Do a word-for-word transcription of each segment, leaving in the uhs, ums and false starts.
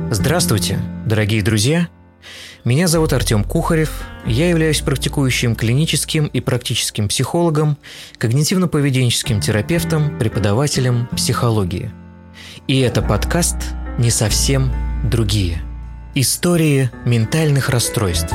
Здравствуйте, дорогие друзья! Меня зовут Артем Кухарев, я являюсь практикующим клиническим и практическим психологом, когнитивно-поведенческим терапевтом, преподавателем психологии. И это подкаст «Не совсем другие. Истории ментальных расстройств».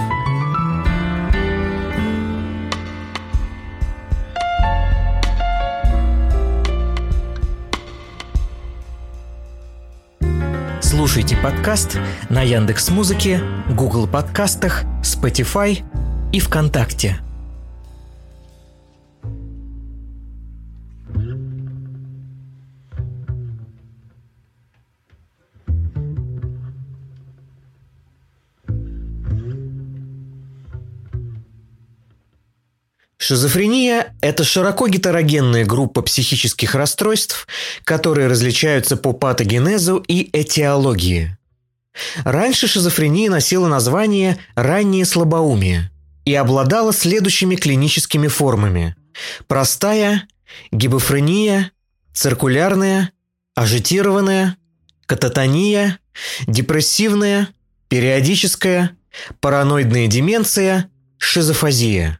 Слушайте подкаст на Яндекс.Музыке, Google подкастах, Spotify и ВКонтакте. Шизофрения – это широко гетерогенная группа психических расстройств, которые различаются по патогенезу и этиологии. Раньше шизофрения носила название «раннее слабоумие» и обладала следующими клиническими формами: простая, гипофрения, циркулярная, ажитированная, кататония, депрессивная, периодическая, параноидная деменция, шизофазия.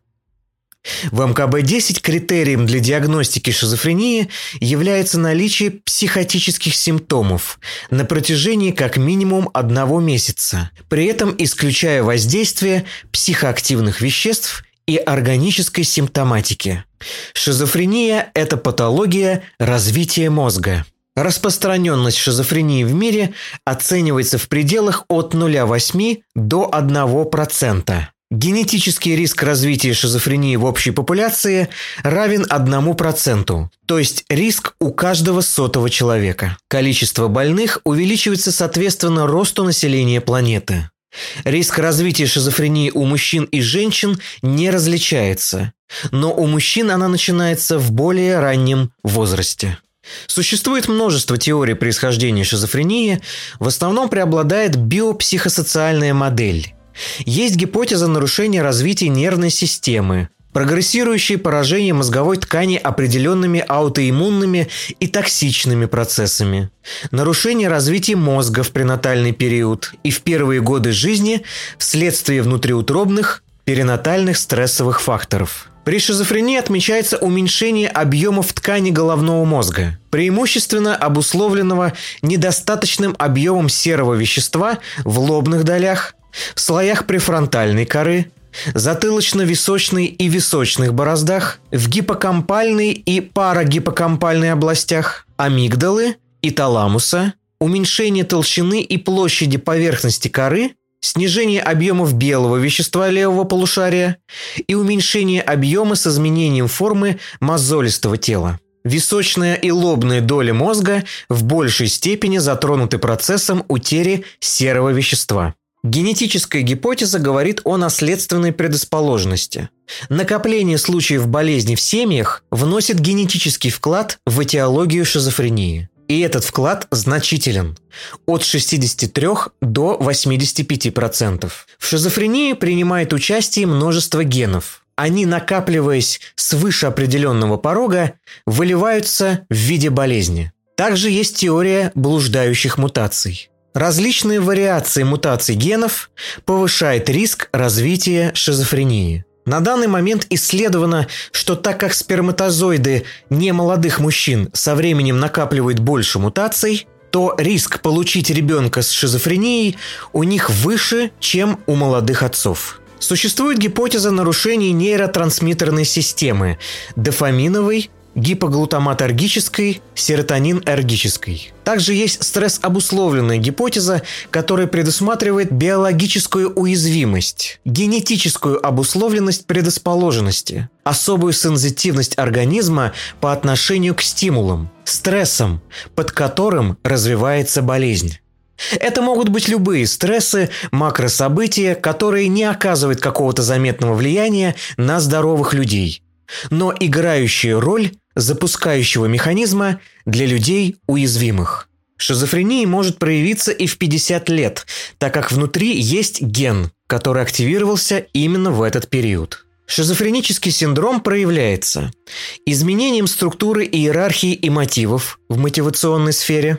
В эм ка бэ десять критерием для диагностики шизофрении является наличие психотических симптомов на протяжении как минимум одного месяца, при этом исключая воздействие психоактивных веществ и органической симптоматики. Шизофрения – это патология развития мозга. Распространенность шизофрении в мире оценивается в пределах от ноль целых восемь десятых до одного процента. Генетический риск развития шизофрении в общей популяции равен одному проценту, то есть риск у каждого сотого человека. Количество больных увеличивается соответственно росту населения планеты. Риск развития шизофрении у мужчин и женщин не различается, но у мужчин она начинается в более раннем возрасте. Существует множество теорий происхождения шизофрении, в основном преобладает биопсихосоциальная модель. Есть гипотеза нарушения развития нервной системы, прогрессирующее поражение мозговой ткани определенными аутоиммунными и токсичными процессами, нарушение развития мозга в пренатальный период и в первые годы жизни вследствие внутриутробных перинатальных стрессовых факторов. При шизофрении отмечается уменьшение объемов ткани головного мозга, преимущественно обусловленного недостаточным объемом серого вещества в лобных долях, в слоях префронтальной коры, затылочно-височной и височных бороздах, в гиппокампальной и парагиппокампальной областях, амигдалы и таламуса, уменьшение толщины и площади поверхности коры, снижение объемов белого вещества левого полушария и уменьшение объема с изменением формы мозолистого тела. Височная и лобная доли мозга в большей степени затронуты процессом утери серого вещества. Генетическая гипотеза говорит о наследственной предрасположенности. Накопление случаев болезни в семьях вносит генетический вклад в этиологию шизофрении. И этот вклад значителен – от шестидесяти трёх до восьмидесяти пяти процентов. В шизофрении принимает участие множество генов. Они, накапливаясь свыше определенного порога, выливаются в виде болезни. Также есть теория блуждающих мутаций. Различные вариации мутаций генов повышают риск развития шизофрении. На данный момент исследовано, что так как сперматозоиды немолодых мужчин со временем накапливают больше мутаций, то риск получить ребенка с шизофренией у них выше, чем у молодых отцов. Существует гипотеза нарушений нейротрансмиттерной системы – дофаминовой, гипоглутаматергической, серотонинергической. Также есть стресс-обусловленная гипотеза, которая предусматривает биологическую уязвимость, генетическую обусловленность предрасположенности, особую сензитивность организма по отношению к стимулам, стрессам, под которым развивается болезнь. Это могут быть любые стрессы, макрособытия, которые не оказывают какого-то заметного влияния на здоровых людей, но играющие роль запускающего механизма для людей уязвимых. Шизофрения может проявиться и в пятьдесят лет, так как внутри есть ген, который активировался именно в этот период. Шизофренический синдром проявляется изменением структуры иерархии и мотивов в мотивационной сфере,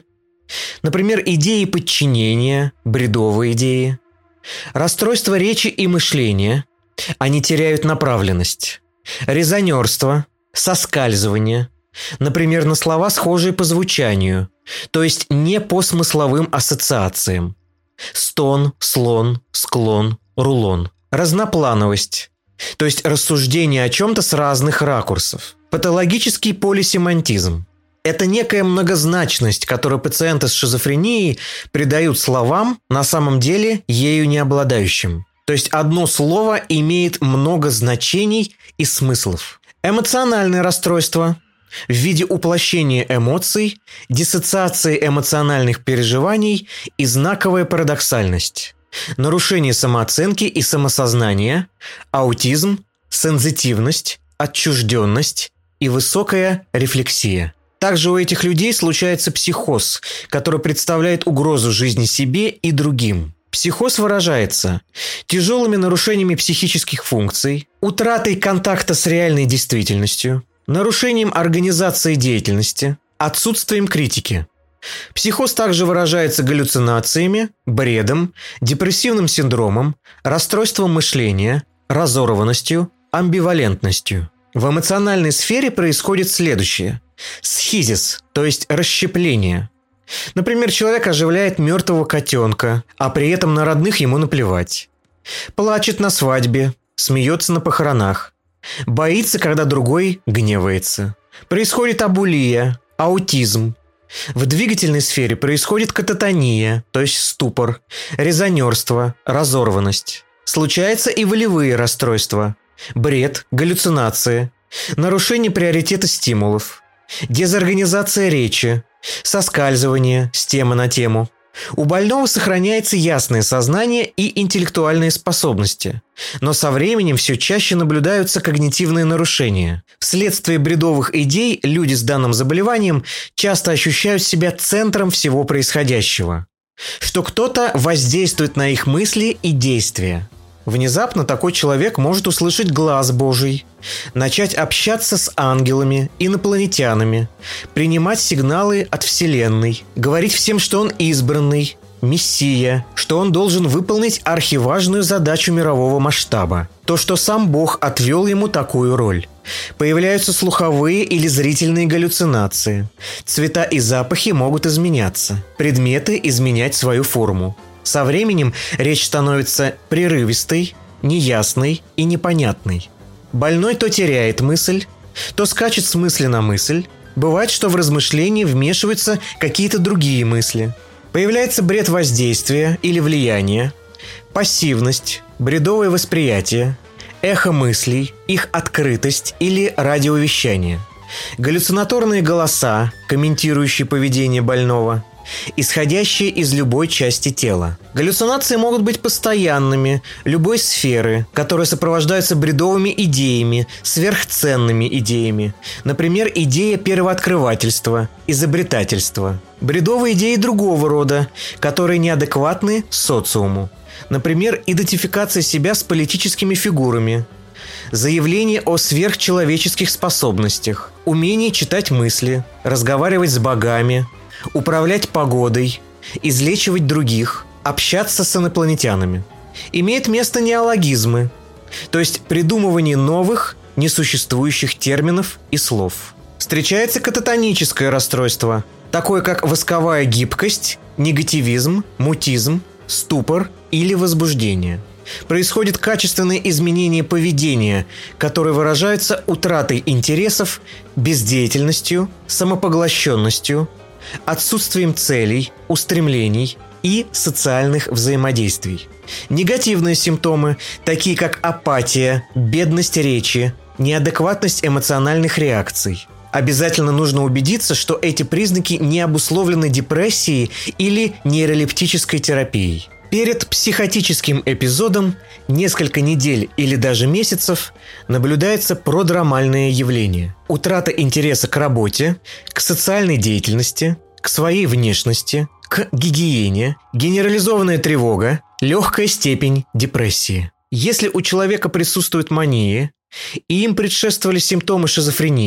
Например, идеи подчинения, бредовые идеи. Расстройство речи и мышления. Они теряют направленность. Резонерство, соскальзывание. Например, на слова, схожие по звучанию, то есть не по смысловым ассоциациям. Стон, слон, склон, рулон. Разноплановость, то есть рассуждение о чем-то с разных ракурсов. Патологический полисемантизм. Это некая многозначность, которую пациенты с шизофренией придают словам, на самом деле ею не обладающим. То есть одно слово имеет много значений и смыслов. Эмоциональное расстройство в виде уплощения эмоций, диссоциации эмоциональных переживаний и знаковая парадоксальность. Нарушение самооценки и самосознания, аутизм, сензитивность, отчужденность и высокая рефлексия. Также у этих людей случается психоз, который представляет угрозу жизни себе и другим. Психоз выражается тяжелыми нарушениями психических функций, утратой контакта с реальной действительностью, нарушением организации деятельности, отсутствием критики. Психоз также выражается галлюцинациями, бредом, депрессивным синдромом, расстройством мышления, разорванностью, амбивалентностью. В эмоциональной сфере происходит следующее. Схизис, то есть расщепление. Например, человек оживляет мертвого котенка, а при этом на родных ему наплевать. Плачет на свадьбе, смеется на похоронах. Боится, когда другой гневается. Происходит абулия, аутизм. В двигательной сфере происходит кататония, то есть ступор, резонерство, разорванность. Случаются и волевые расстройства. Бред, галлюцинации, нарушение приоритета стимулов, дезорганизация речи, соскальзывание с темы на тему. У больного сохраняется ясное сознание и интеллектуальные способности, но со временем все чаще наблюдаются когнитивные нарушения. Вследствие бредовых идей люди с данным заболеванием часто ощущают себя центром всего происходящего, что кто-то воздействует на их мысли и действия. Внезапно такой человек может услышать глаз Божий, начать общаться с ангелами, инопланетянами, принимать сигналы от Вселенной, говорить всем, что он избранный, мессия, что он должен выполнить архиважную задачу мирового масштаба, то, что сам Бог отвел ему такую роль. Появляются слуховые или зрительные галлюцинации. Цвета и запахи могут изменяться, предметы изменять свою форму. Со временем речь становится прерывистой, неясной и непонятной. Больной то теряет мысль, то скачет с мысли на мысль. Бывает, что в размышления вмешиваются какие-то другие мысли. Появляется бред воздействия или влияния, пассивность, бредовое восприятие, эхо мыслей, их открытость или радиовещание, галлюцинаторные голоса, комментирующие поведение больного, исходящие из любой части тела. Галлюцинации могут быть постоянными, любой сферы, которые сопровождаются бредовыми идеями, сверхценными идеями. Например, идея первооткрывательства, изобретательства. Бредовые идеи другого рода, которые неадекватны социуму. Например, идентификация себя с политическими фигурами. Заявление о сверхчеловеческих способностях, умение читать мысли, разговаривать с богами, управлять погодой, излечивать других, общаться с инопланетянами. Имеют место неологизмы, то есть придумывание новых, несуществующих терминов и слов. Встречается кататоническое расстройство, такое как восковая гибкость, негативизм, мутизм, ступор или возбуждение. Происходит качественное изменение поведения, которое выражается утратой интересов, бездеятельностью, самопоглощенностью, отсутствием целей, устремлений и социальных взаимодействий. Негативные симптомы, такие как апатия, бедность речи, неадекватность эмоциональных реакций. Обязательно нужно убедиться, что эти признаки не обусловлены депрессией или нейролептической терапией. Перед психотическим эпизодом несколько недель или даже месяцев наблюдается продромальное явление. Утрата интереса к работе, к социальной деятельности, к своей внешности, к гигиене, генерализованная тревога, легкая степень депрессии. Если у человека присутствует мания, и им предшествовали симптомы шизофрении,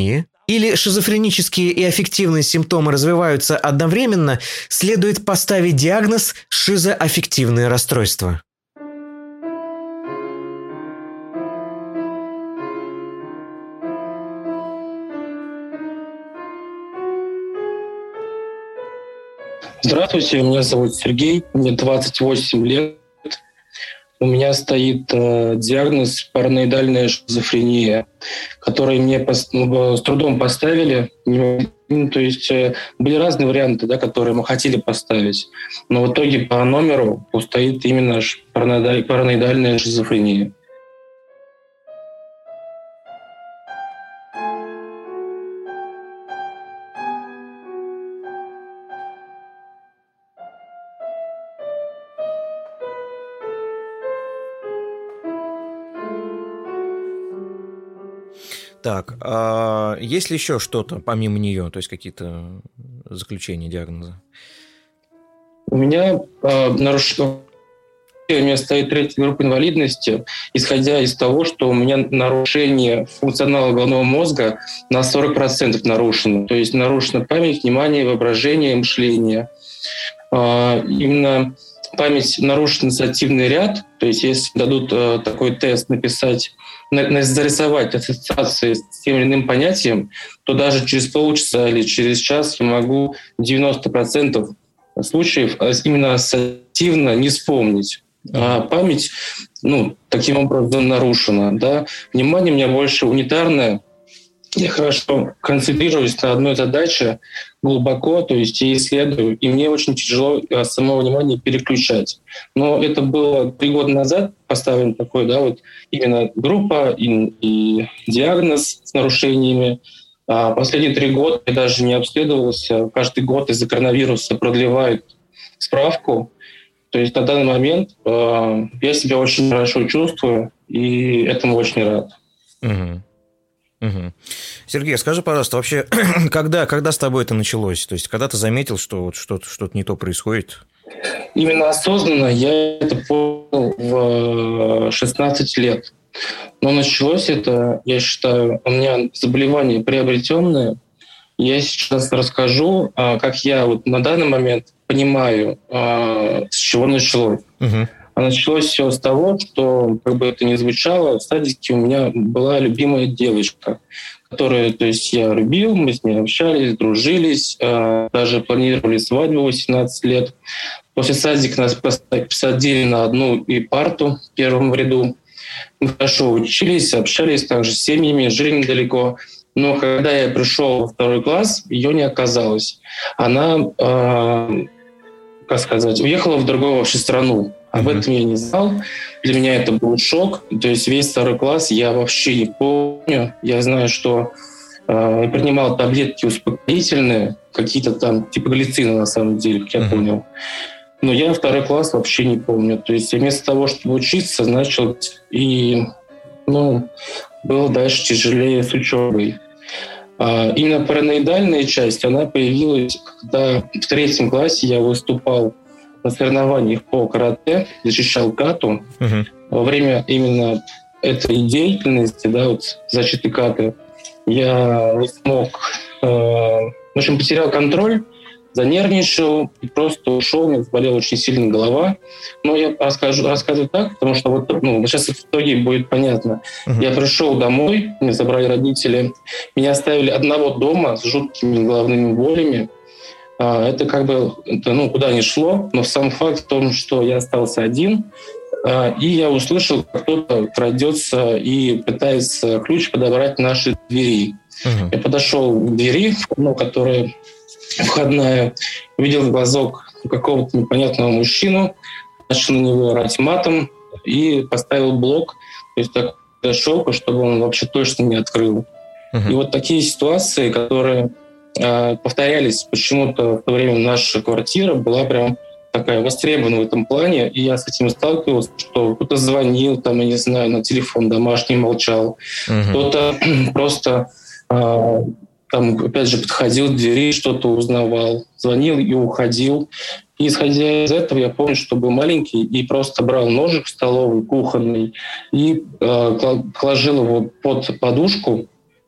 или шизофренические и аффективные симптомы развиваются одновременно, следует поставить диагноз шизоаффективное расстройство. Здравствуйте, меня зовут Сергей, мне двадцать восемь лет. У меня стоит э, диагноз параноидальная шизофрения, который мне пос- ну, с трудом поставили. Ну, то есть э, были разные варианты, да, которые мы хотели поставить. Но в итоге по номеру стоит именно параноидаль- параноидальная шизофрения. Так, а есть ли еще что-то помимо нее, то есть какие-то заключения диагноза? У меня э, нарушено... У меня стоит третья группа инвалидности, исходя из того, что у меня нарушение функционала головного мозга на сорок процентов нарушено. То есть нарушена память, внимание, воображение, мышление. Э, именно память нарушен ассоциативный ряд. То есть если дадут э, такой тест написать, зарисовать ассоциации с тем или иным понятием, то даже через полчаса или через час я могу девяносто процентов случаев именно ассоциативно не вспомнить. А память, ну, таким образом нарушена. Да? Внимание у меня больше унитарное. Я хорошо концентрируюсь на одной задаче глубоко, то есть я исследую, и мне очень тяжело само внимание переключать. Но это было три года назад поставлен такой, да, вот именно группа и, и диагноз с нарушениями. А последние три года я даже не обследовался. Каждый год из-за коронавируса продлевают справку. То есть на данный момент э, я себя очень хорошо чувствую, и этому очень рад. Угу. Угу. Сергей, скажи, пожалуйста, вообще, когда, когда с тобой это началось? То есть, когда ты заметил, что вот что-то, что-то не то происходит? Именно осознанно я это понял в шестнадцать лет. Но началось это, я считаю, у меня заболевание приобретенное. Я сейчас расскажу, как я вот на данный момент понимаю, с чего началось. Угу. А началось все с того, что, как бы это ни звучало, в садике у меня была любимая девочка, которую, то есть я любил, мы с ней общались, дружились, даже планировали свадьбу в восемнадцать лет. После садика нас посадили на одну и парту в первом ряду. Мы хорошо учились, общались также с семьями, жили недалеко. Но когда я пришел во второй класс, ее не оказалось. Она, э, как сказать, уехала в другую вообще страну. Об этом я не знал. Для меня это был шок. То есть весь второй класс я вообще не помню. Я знаю, что э, я принимал таблетки успокоительные, какие-то там, типа глицина на самом деле, как я uh-huh. понял. Но я второй класс вообще не помню. То есть вместо того, чтобы учиться, начал и, ну, было дальше тяжелее с учебой. А именно параноидальная часть, она появилась, когда в третьем классе я выступал на соревнованиях по карате, защищал кату. Uh-huh. Во время именно этой деятельности, да, вот защиты каты, я не смог, э, в общем, потерял контроль, занервничал и просто ушел, у меня заболела очень сильно голова. Но я расскажу, рассказываю так, потому что вот, ну, сейчас в итоге будет понятно. Uh-huh. Я пришел домой, меня забрали родители, меня оставили одного дома с жуткими головными болями. Это как бы, это, ну, куда ни шло, но сам факт в том, что я остался один, и я услышал, как кто-то крадется и пытается ключ подобрать наши двери. Uh-huh. Я подошел к двери, ну, которая входная, увидел в глазок какого-то непонятного мужчину, начал на него орать матом и поставил блок, то есть так дошел, чтобы он вообще точно не открыл. Uh-huh. И вот такие ситуации, которые э, повторялись почему-то в то время, наша квартира была прям такая востребована в этом плане, и я с этим сталкивался, что кто-то звонил, там, я не знаю, на телефон домашний молчал, uh-huh. кто-то просто... Э, Там, опять же, подходил к двери, что-то узнавал, звонил и уходил. И, исходя из этого, я помню, что был маленький и просто брал ножик столовый, кухонный, и э, положил его под подушку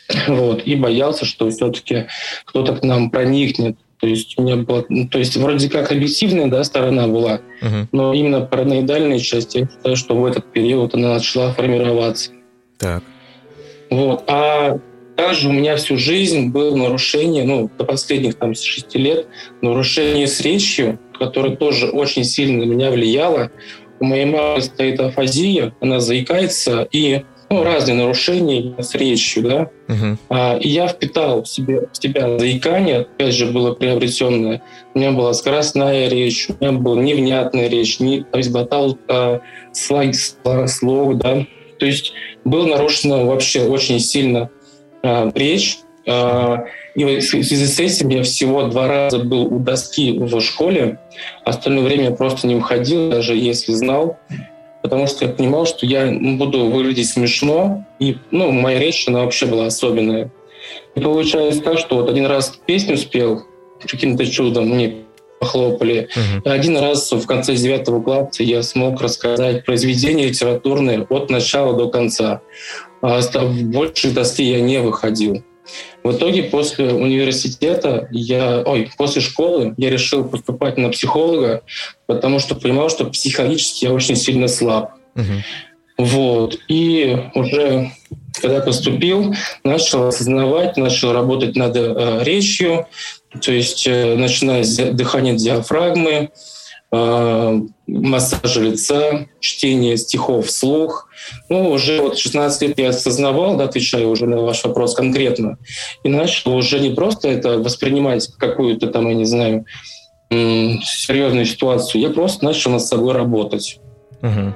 Вот, и боялся, что все-таки кто-то к нам проникнет. То есть у меня была, ну, то есть вроде как объективная, да, сторона была, uh-huh. но именно параноидальная часть, я считаю, что в этот период она начала формироваться. Так. Вот. А также у меня всю жизнь было нарушение, ну, до последних там шести лет, нарушение с речью, которое тоже очень сильно на меня влияло. У моей мамы стоит афазия, она заикается, и ну, разные нарушения с речью, да. Uh-huh. А, и я впитал в, себе, в себя заикание, опять же, было приобретенное. У меня была скоростная речь, у меня была невнятная речь, не, то есть глотал а, слог, слог, да. То есть было нарушено вообще очень сильно а, речь. А, и в связи с этим я всего два раза был у доски в школе, остальное время я просто не уходил, даже если знал. Потому что я понимал, что я буду выглядеть смешно, и ну, моя речь, она вообще была особенная. И получается так, что вот один раз песню спел, каким-то чудом мне похлопали, uh-huh. и один раз в конце девятого класса я смог рассказать произведение литературное от начала до конца. А больше доски я не выходил. В итоге после университета, я, ой, после школы я решил поступать на психолога, потому что понимал, что психологически я очень сильно слаб. Uh-huh. Вот. И уже когда поступил, начал осознавать, начал работать над э, речью, то есть э, начиная с дыхания диафрагмы, э, массажа лица, чтение стихов вслух. Ну, уже вот шестнадцать лет я осознавал, да, отвечаю уже на ваш вопрос конкретно, и начал уже не просто это воспринимать какую-то там, я не знаю, серьезную ситуацию, я просто начал над собой работать. Uh-huh.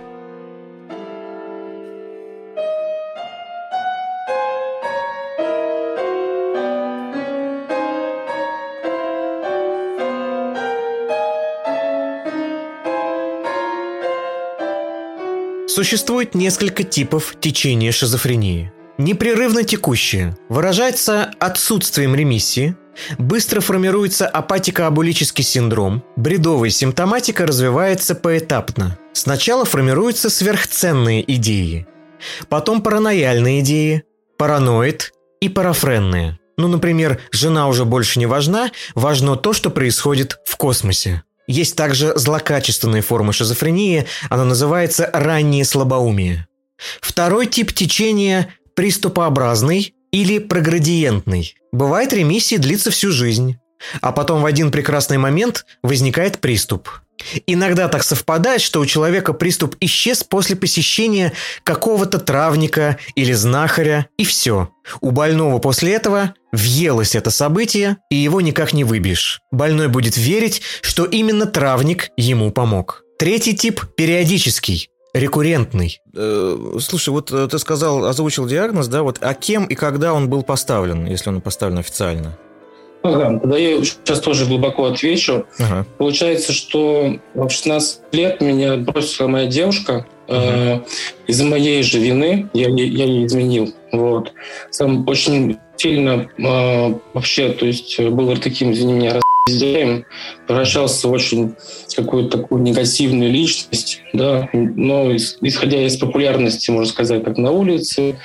Существует несколько типов течения шизофрении. Непрерывно текущее выражается отсутствием ремиссии, быстро формируется апатико-абулический синдром, бредовая симптоматика развивается поэтапно. Сначала формируются сверхценные идеи, потом паранояльные идеи, параноид и парафренные. Ну, например, жена уже больше не важна, важно то, что происходит в космосе. Есть также злокачественная форма шизофрении, она называется раннее слабоумие. Второй тип течения – приступообразный или проградиентный. Бывает, ремиссия длится всю жизнь, а потом в один прекрасный момент возникает приступ. Иногда так совпадает, что у человека приступ исчез после посещения какого-то травника или знахаря, и все. У больного после этого въелось это событие, и его никак не выбьешь. Больной будет верить, что именно травник ему помог. Третий тип – периодический, рекуррентный. Э, слушай, вот ты сказал, озвучил диагноз, да? Вот, а кем и когда он был поставлен, если он поставлен официально? Ага, тогда я сейчас тоже глубоко отвечу. Ага. Получается, что в шестнадцать лет меня бросила моя девушка. Ага. Э, из-за моей же вины я, я ей изменил. Вот. Сам очень сильно э, вообще, то есть был таким, извини меня, раздеем, превращался в очень какую-то такую негативную личность, да, но исходя из популярности, можно сказать, как на улице,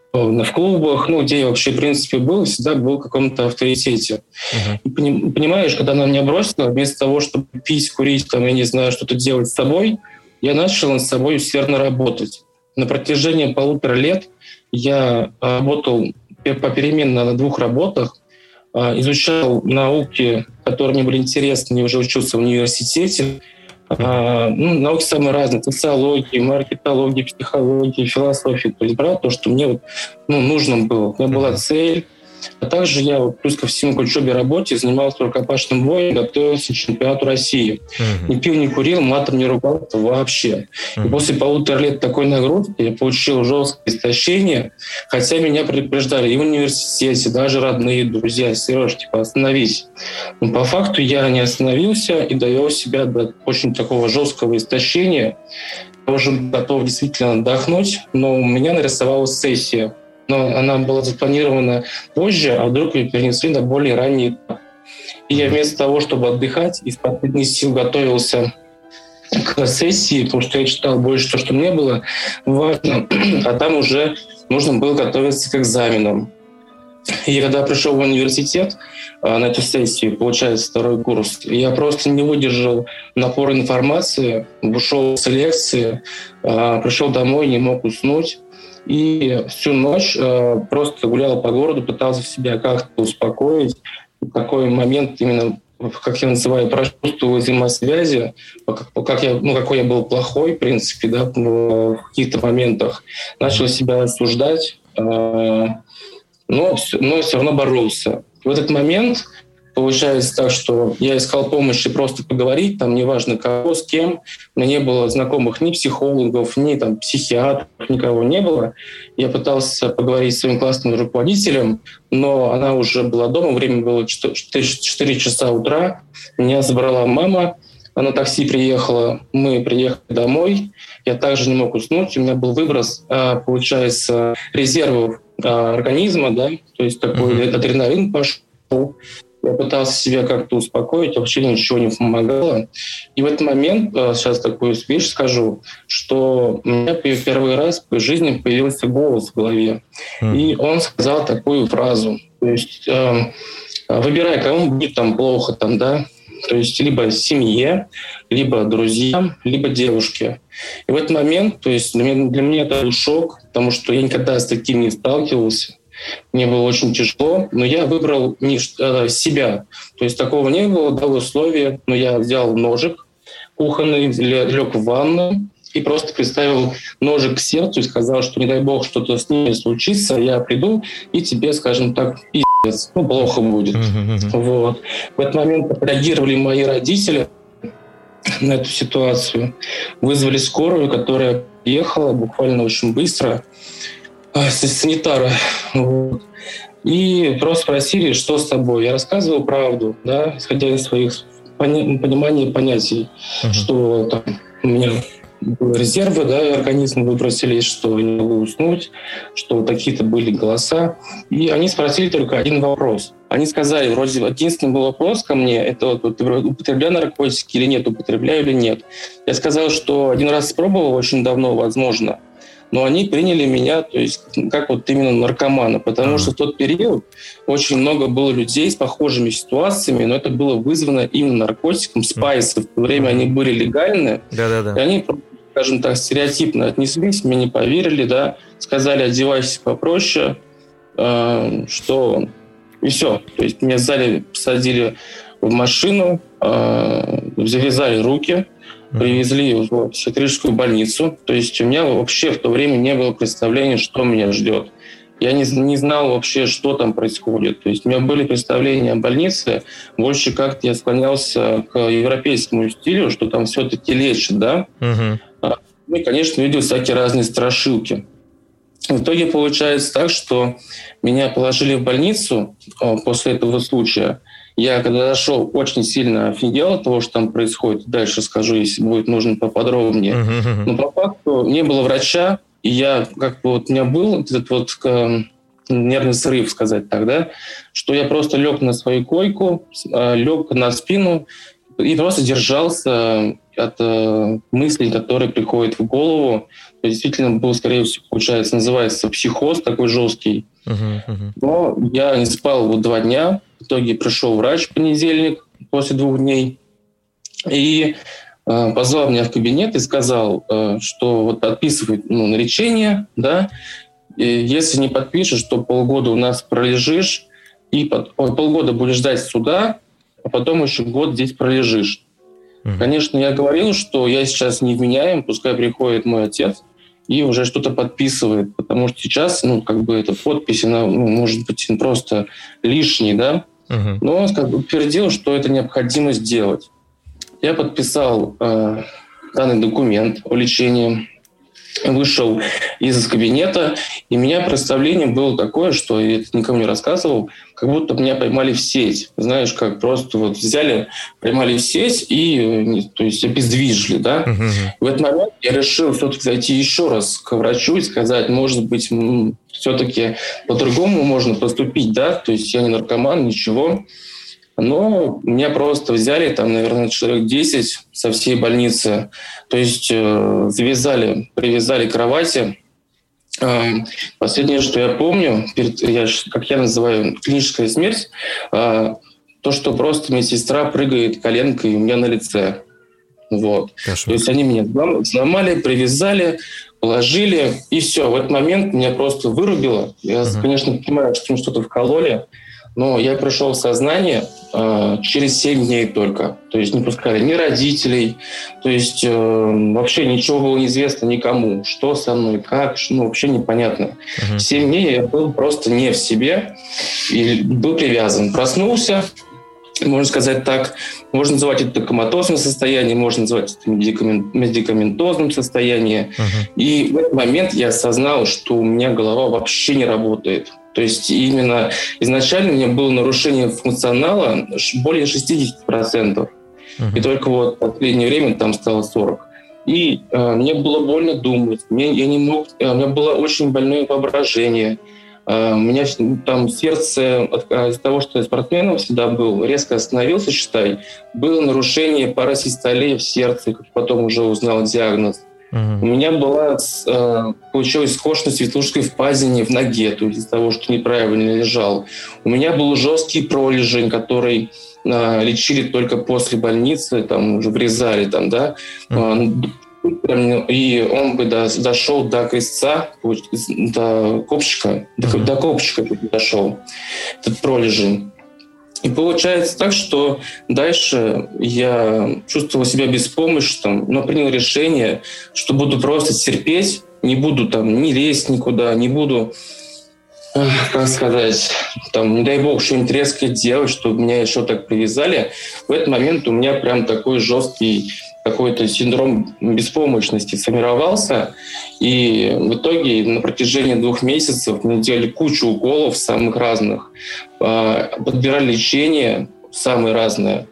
в клубах, ну, где я вообще, в принципе, был, всегда был в каком-то авторитете. Uh-huh. И понимаешь, когда она меня бросила, вместо того, чтобы пить, курить, там, я не знаю, что-то делать с собой, я начал над собой усердно работать. На протяжении полутора лет я работал попеременно на двух работах, изучал науки, которые мне были интересны, я уже учился в университете. А, ну, науки самые разные: социологии, маркетологии, психологии, философии. То есть брал то, что мне вот, ну, нужно было. У меня была цель. А также я, вот, плюс ко всему, к учебе, работе, занимался рукопашным боем, готовился к чемпионату России. Uh-huh. Не пил, не курил, матом не ругался вообще. Uh-huh. И после полутора лет такой нагрузки я получил жесткое истощение, хотя меня предупреждали и в университете, даже родные, друзья: Сереж, типа, остановись. Но по факту я не остановился и довел себя до очень такого жесткого истощения. Я уже готов действительно отдохнуть, но у меня нарисовалась сессия. Но она была запланирована позже, а вдруг ее перенесли на более ранний этап. И я вместо того, чтобы отдыхать, из последних сил готовился к сессии, потому что я читал больше то, что мне было важно, а там уже нужно было готовиться к экзаменам. И когда пришел в университет на эту сессию, получается, второй курс, я просто не выдержал напора информации, ушел с лекции, пришел домой, не мог уснуть. И всю ночь просто гулял по городу, пытался себя как-то успокоить. В какой момент именно, как я называю, прочувствовал взаимосвязи, как я, ну, какой я был плохой, в принципе, да, в каких-то моментах. Начал себя осуждать, но, но все равно боролся. В этот момент получается так, что я искал помощи просто поговорить, там неважно кого, с кем. У меня не было знакомых ни психологов, ни там, психиатров, никого не было. Я пытался поговорить с своим классным руководителем, но она уже была дома, время было четыре часа утра. Меня забрала мама, она на такси приехала, мы приехали домой. Я также не мог уснуть, у меня был выброс, получается, резервов организма, да, то есть такой mm-hmm. адреналин пошел. Я пытался себя как-то успокоить, вообще ничего не помогало. И в этот момент, сейчас такую вещь скажу, что у меня первый раз в жизни появился голос в голове. Mm. И он сказал такую фразу. То есть э, выбирай, кому будет там плохо, там, да, то есть либо семье, либо друзьям, либо девушке. И в этот момент, то есть для меня, для меня это был шок, потому что я никогда с таким не сталкивался. Мне было очень тяжело, но я выбрал не, э, себя. То есть такого не было, дал условия, но я взял ножик кухонный, лег в ванну и просто приставил ножик к сердцу и сказал, что не дай бог что-то с ними случится, я приду и тебе, скажем так, пиздец, ну, плохо будет. Вот. В этот момент реагировали мои родители на эту ситуацию. Вызвали скорую, которая приехала буквально очень быстро. Санитара. Вот. И просто спросили, что с тобой. Я рассказывал правду, да, исходя из своих пони- пониманий и понятий, uh-huh. что там, у меня были резервы, да, и организм выбросили, что я не могу уснуть, что какие-то были голоса. И они спросили только один вопрос. Они сказали, вроде единственный был вопрос ко мне, это вот, употребляю наркотики или нет, употребляю или нет. Я сказал, что один раз спробовал очень давно, возможно, но они приняли меня, то есть как вот именно наркомана, потому mm-hmm. что в тот период очень много было людей с похожими ситуациями, но это было вызвано именно наркотиком, спайсы. В то время mm-hmm. они были легальны, Да-да-да. и они, скажем так, стереотипно отнеслись, мне не поверили, да, сказали, одевайся попроще, э, что... И все. То есть меня сзади посадили в машину, э, завязали руки, привезли в психиатрическую больницу. То есть у меня вообще в то время не было представления, что меня ждет. Я не, не знал вообще, что там происходит. То есть у меня были представления о больнице. Больше как-то я склонялся к европейскому стилю, что там все-таки лечат, да? Uh-huh. Ну и, конечно, видел всякие разные страшилки. В итоге получается так, что меня положили в больницу после этого случая. Я, когда дошел, очень сильно офигел от того, что там происходит. Дальше скажу, если будет нужно поподробнее. Uh-huh. Но по факту не было врача, и я, как бы вот у меня был этот вот э, нервный срыв, сказать так, да, что я просто лег на свою койку, э, лег на спину и просто держался от э, мыслей, которые приходят в голову. То есть, действительно был, скорее всего, получается, называется психоз такой жесткий. Uh-huh, uh-huh. Но я не спал вот два дня. В итоге пришел врач в понедельник после двух дней и э, позвал меня в кабинет и сказал, э, что вот подписывай ну, на лечение, да, и если не подпишешь, то полгода у нас пролежишь, и под, ой, полгода будешь ждать суда, а потом еще год здесь пролежишь. Uh-huh. Конечно, я говорил, что я сейчас невменяем, пускай приходит мой отец и уже что-то подписывает, потому что сейчас, ну, как бы эта подпись, она, ну, может быть, просто лишней, да, uh-huh. но он как бы утвердил, что это необходимо сделать. Я подписал э, данный документ о лечении, вышел из кабинета, и у меня представление было такое, что я это никому не рассказывал, как будто меня поймали в сеть. Знаешь, как просто вот взяли, поймали в сеть и, то есть, обездвижили, да. Uh-huh. В этот момент я решил все-таки зайти еще раз к врачу и сказать, может быть, все-таки по-другому можно поступить, да, то есть я не наркоман, ничего. Но меня просто взяли, там, наверное, человек десять со всей больницы, то есть э, завязали, привязали к кровати, Последнее, что я помню, перед, я, как я называю, клиническая смерть, то, что просто медсестра прыгает коленкой у меня на лице. Вот. Кошмар. То есть они меня взломали, привязали, положили, и все. В этот момент меня просто вырубило. Я, uh-huh. конечно, понимаю, что мне что-то вкололи, но я пришел в сознание э, через семь дней только. То есть не пускали ни родителей, то есть э, вообще ничего было неизвестно никому, что со мной, как, ну вообще непонятно. Uh-huh. семь дней я был просто не в себе и был привязан. Проснулся, можно сказать так, можно называть это коматозным состоянием, можно называть это медикамент, медикаментозным состоянием. Uh-huh. И в этот момент я осознал, что у меня голова вообще не работает. То есть именно изначально у меня было нарушение функционала более шестьдесят процентов. Uh-huh. И только вот в последнее время там стало сорок процентов. И э, мне было больно думать, мне, я не мог, э, у меня было очень больное воображение. Uh, у меня там сердце, из-за того, что я спортсменом всегда был, резко остановился, считай. Было нарушение парасистолии в сердце, как потом уже узнал диагноз. Uh-huh. У меня была, uh, получилась скошенность ветлужской впадины в ноге, то есть из-за того, что неправильно лежал. У меня был жесткий пролежень, который uh, лечили только после больницы, там уже врезали, там, да. Uh-huh. Uh, И он бы до, дошел до крестца, до копчика, до, до копчика дошел, этот пролежень. И получается так, что дальше я чувствовал себя беспомощным, но принял решение, что буду просто терпеть, не буду там ни лезть никуда, не буду, как сказать, там, не дай бог, что-нибудь резкое делать, чтобы меня еще так привязали. В этот момент у меня прям такой жесткий какой-то синдром беспомощности сформировался, и в итоге на протяжении двух месяцев мне делали кучу уколов самых разных, подбирали лечение самые разные.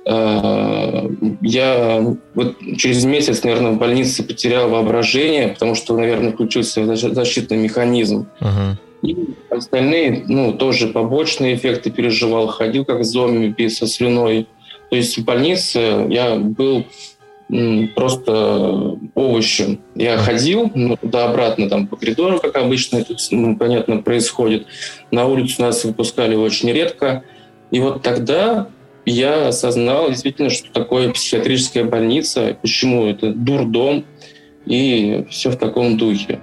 Я вот через месяц, наверное, в больнице потерял воображение, потому что, наверное, включился защитный механизм. Uh-huh. И остальные, ну, тоже побочные эффекты переживал, ходил как зомби со слюной. То есть в больнице я был просто овощем. Я ходил ну, туда-обратно там, по коридору, как обычно это, ну, понятно, происходит. На улицу нас выпускали очень редко. И вот тогда я осознал действительно, что такое психиатрическая больница, почему это дурдом, и все в таком духе.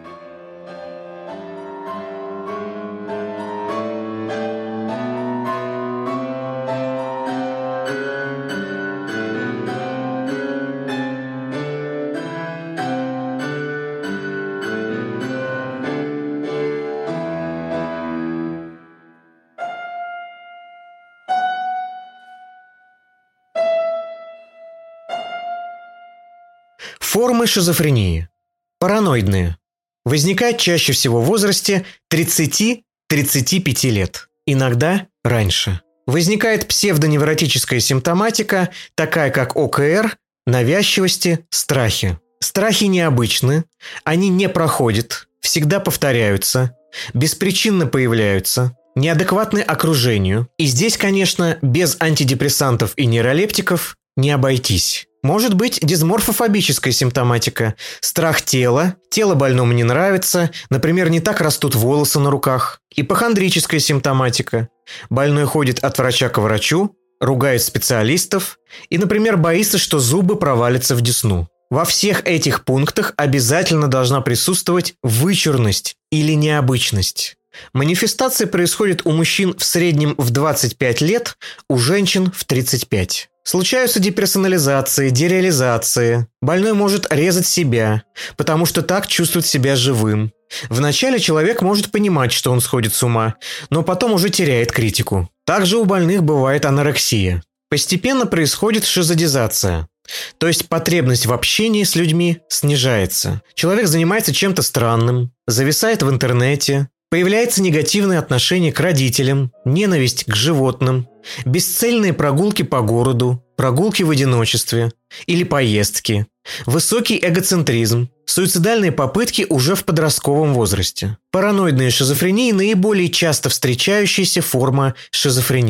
Формы шизофрении. Параноидные. Возникает чаще всего в возрасте тридцати-тридцати пяти лет. Иногда раньше. Возникает псевдоневротическая симптоматика, такая как о ка эр, навязчивости, страхи. Страхи необычны, они не проходят, всегда повторяются, беспричинно появляются, неадекватны окружению. И здесь, конечно, без антидепрессантов и нейролептиков не обойтись. Может быть дисморфофобическая симптоматика, страх тела, тело больному не нравится, например, не так растут волосы на руках. Ипохондрическая симптоматика. Больной ходит от врача к врачу, ругает специалистов и, например, боится, что зубы провалятся в десну. Во всех этих пунктах обязательно должна присутствовать вычурность или необычность. Манифестация происходит у мужчин в среднем в двадцать пять лет, у женщин в тридцать пять. Случаются деперсонализации, дереализации. Больной может резать себя, потому что так чувствует себя живым. Вначале человек может понимать, что он сходит с ума, но потом уже теряет критику. Также у больных бывает анорексия. Постепенно происходит шизодизация. То есть потребность в общении с людьми снижается. Человек занимается чем-то странным, зависает в интернете, появляется негативное отношение к родителям, ненависть к животным, бесцельные прогулки по городу, прогулки в одиночестве или поездки, высокий эгоцентризм, суицидальные попытки уже в подростковом возрасте. Параноидная шизофрения – наиболее часто встречающаяся форма шизофрении.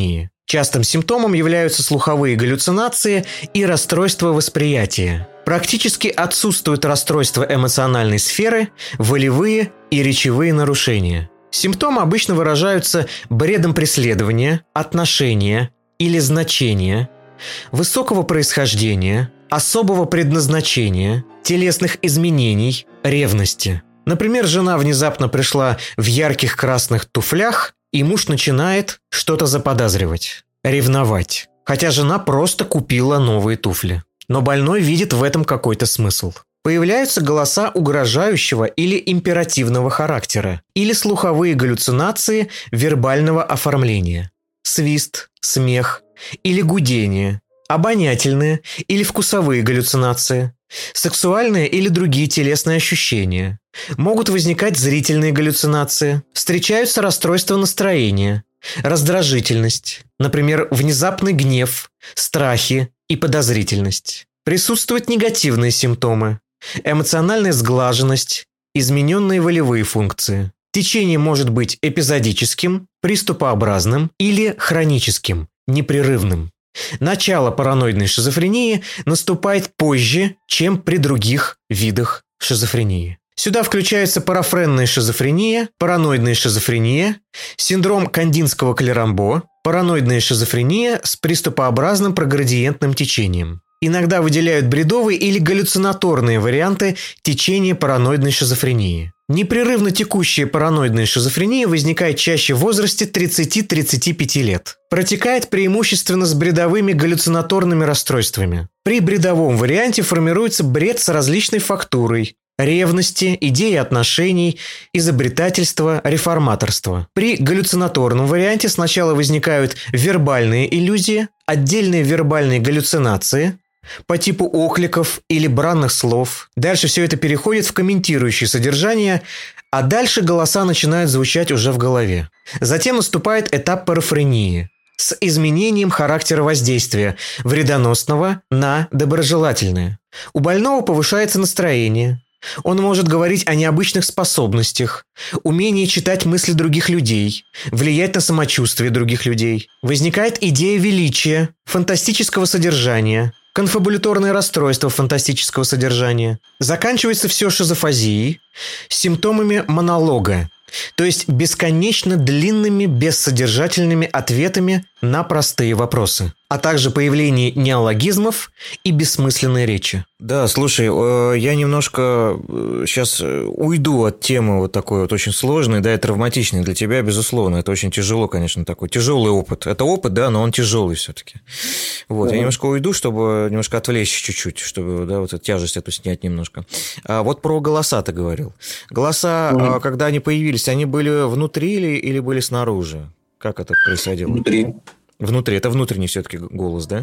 Частым симптомом являются слуховые галлюцинации и расстройство восприятия. Практически отсутствуют расстройства эмоциональной сферы, волевые и речевые нарушения. Симптомы обычно выражаются бредом преследования, отношения или значения, высокого происхождения, особого предназначения, телесных изменений, ревности. Например, жена внезапно пришла в ярких красных туфлях, и муж начинает что-то заподозривать, ревновать. Хотя жена просто купила новые туфли. Но больной видит в этом какой-то смысл. Появляются голоса угрожающего или императивного характера, или слуховые галлюцинации вербального оформления. Свист, смех или гудение, обонятельные или вкусовые галлюцинации, сексуальные или другие телесные ощущения. Могут возникать зрительные галлюцинации, встречаются расстройства настроения, раздражительность, например, внезапный гнев, страхи и подозрительность. Присутствуют негативные симптомы, эмоциональная сглаженность, измененные волевые функции. Течение может быть эпизодическим, приступообразным или хроническим, непрерывным. Начало параноидной шизофрении наступает позже, чем при других видах шизофрении. Сюда включаются парафренная шизофрения, параноидная шизофрения, синдром Кандинского-Клерамбо, параноидная шизофрения с приступообразным проградиентным течением. Иногда выделяют бредовые или галлюцинаторные варианты течения параноидной шизофрении. Непрерывно текущая параноидная шизофрения возникает чаще в возрасте тридцати-тридцати пяти лет. Протекает преимущественно с бредовыми галлюцинаторными расстройствами. При бредовом варианте формируется бред с различной фактурой: ревности, идеи отношений, изобретательства, реформаторства. При галлюцинаторном варианте сначала возникают вербальные иллюзии, отдельные вербальные галлюцинации по типу окликов или бранных слов. Дальше все это переходит в комментирующее содержание, а дальше голоса начинают звучать уже в голове. Затем наступает этап парафрении с изменением характера воздействия вредоносного на доброжелательное. У больного повышается настроение. Он может говорить о необычных способностях, умении читать мысли других людей, влиять на самочувствие других людей. Возникает идея величия, фантастического содержания, конфабуляторное расстройство фантастического содержания. Заканчивается все шизофазией, симптомами монолога, то есть бесконечно длинными бессодержательными ответами на простые вопросы, а также появление неологизмов и бессмысленной речи. Да, слушай, я немножко сейчас уйду от темы вот такой вот очень сложной, да, и травматичной для тебя, безусловно. Это очень тяжело, конечно, такой тяжелый опыт. Это опыт, да, но он тяжелый все-таки. Вот, да. Я немножко уйду, чтобы немножко отвлечься чуть-чуть, чтобы, да, вот эту тяжесть эту снять немножко. А вот про голоса ты говорил. Голоса, mm. когда они появились, они были внутри или, или были снаружи? Как это происходило? Внутри. Внутри. Это внутренний все-таки голос, да?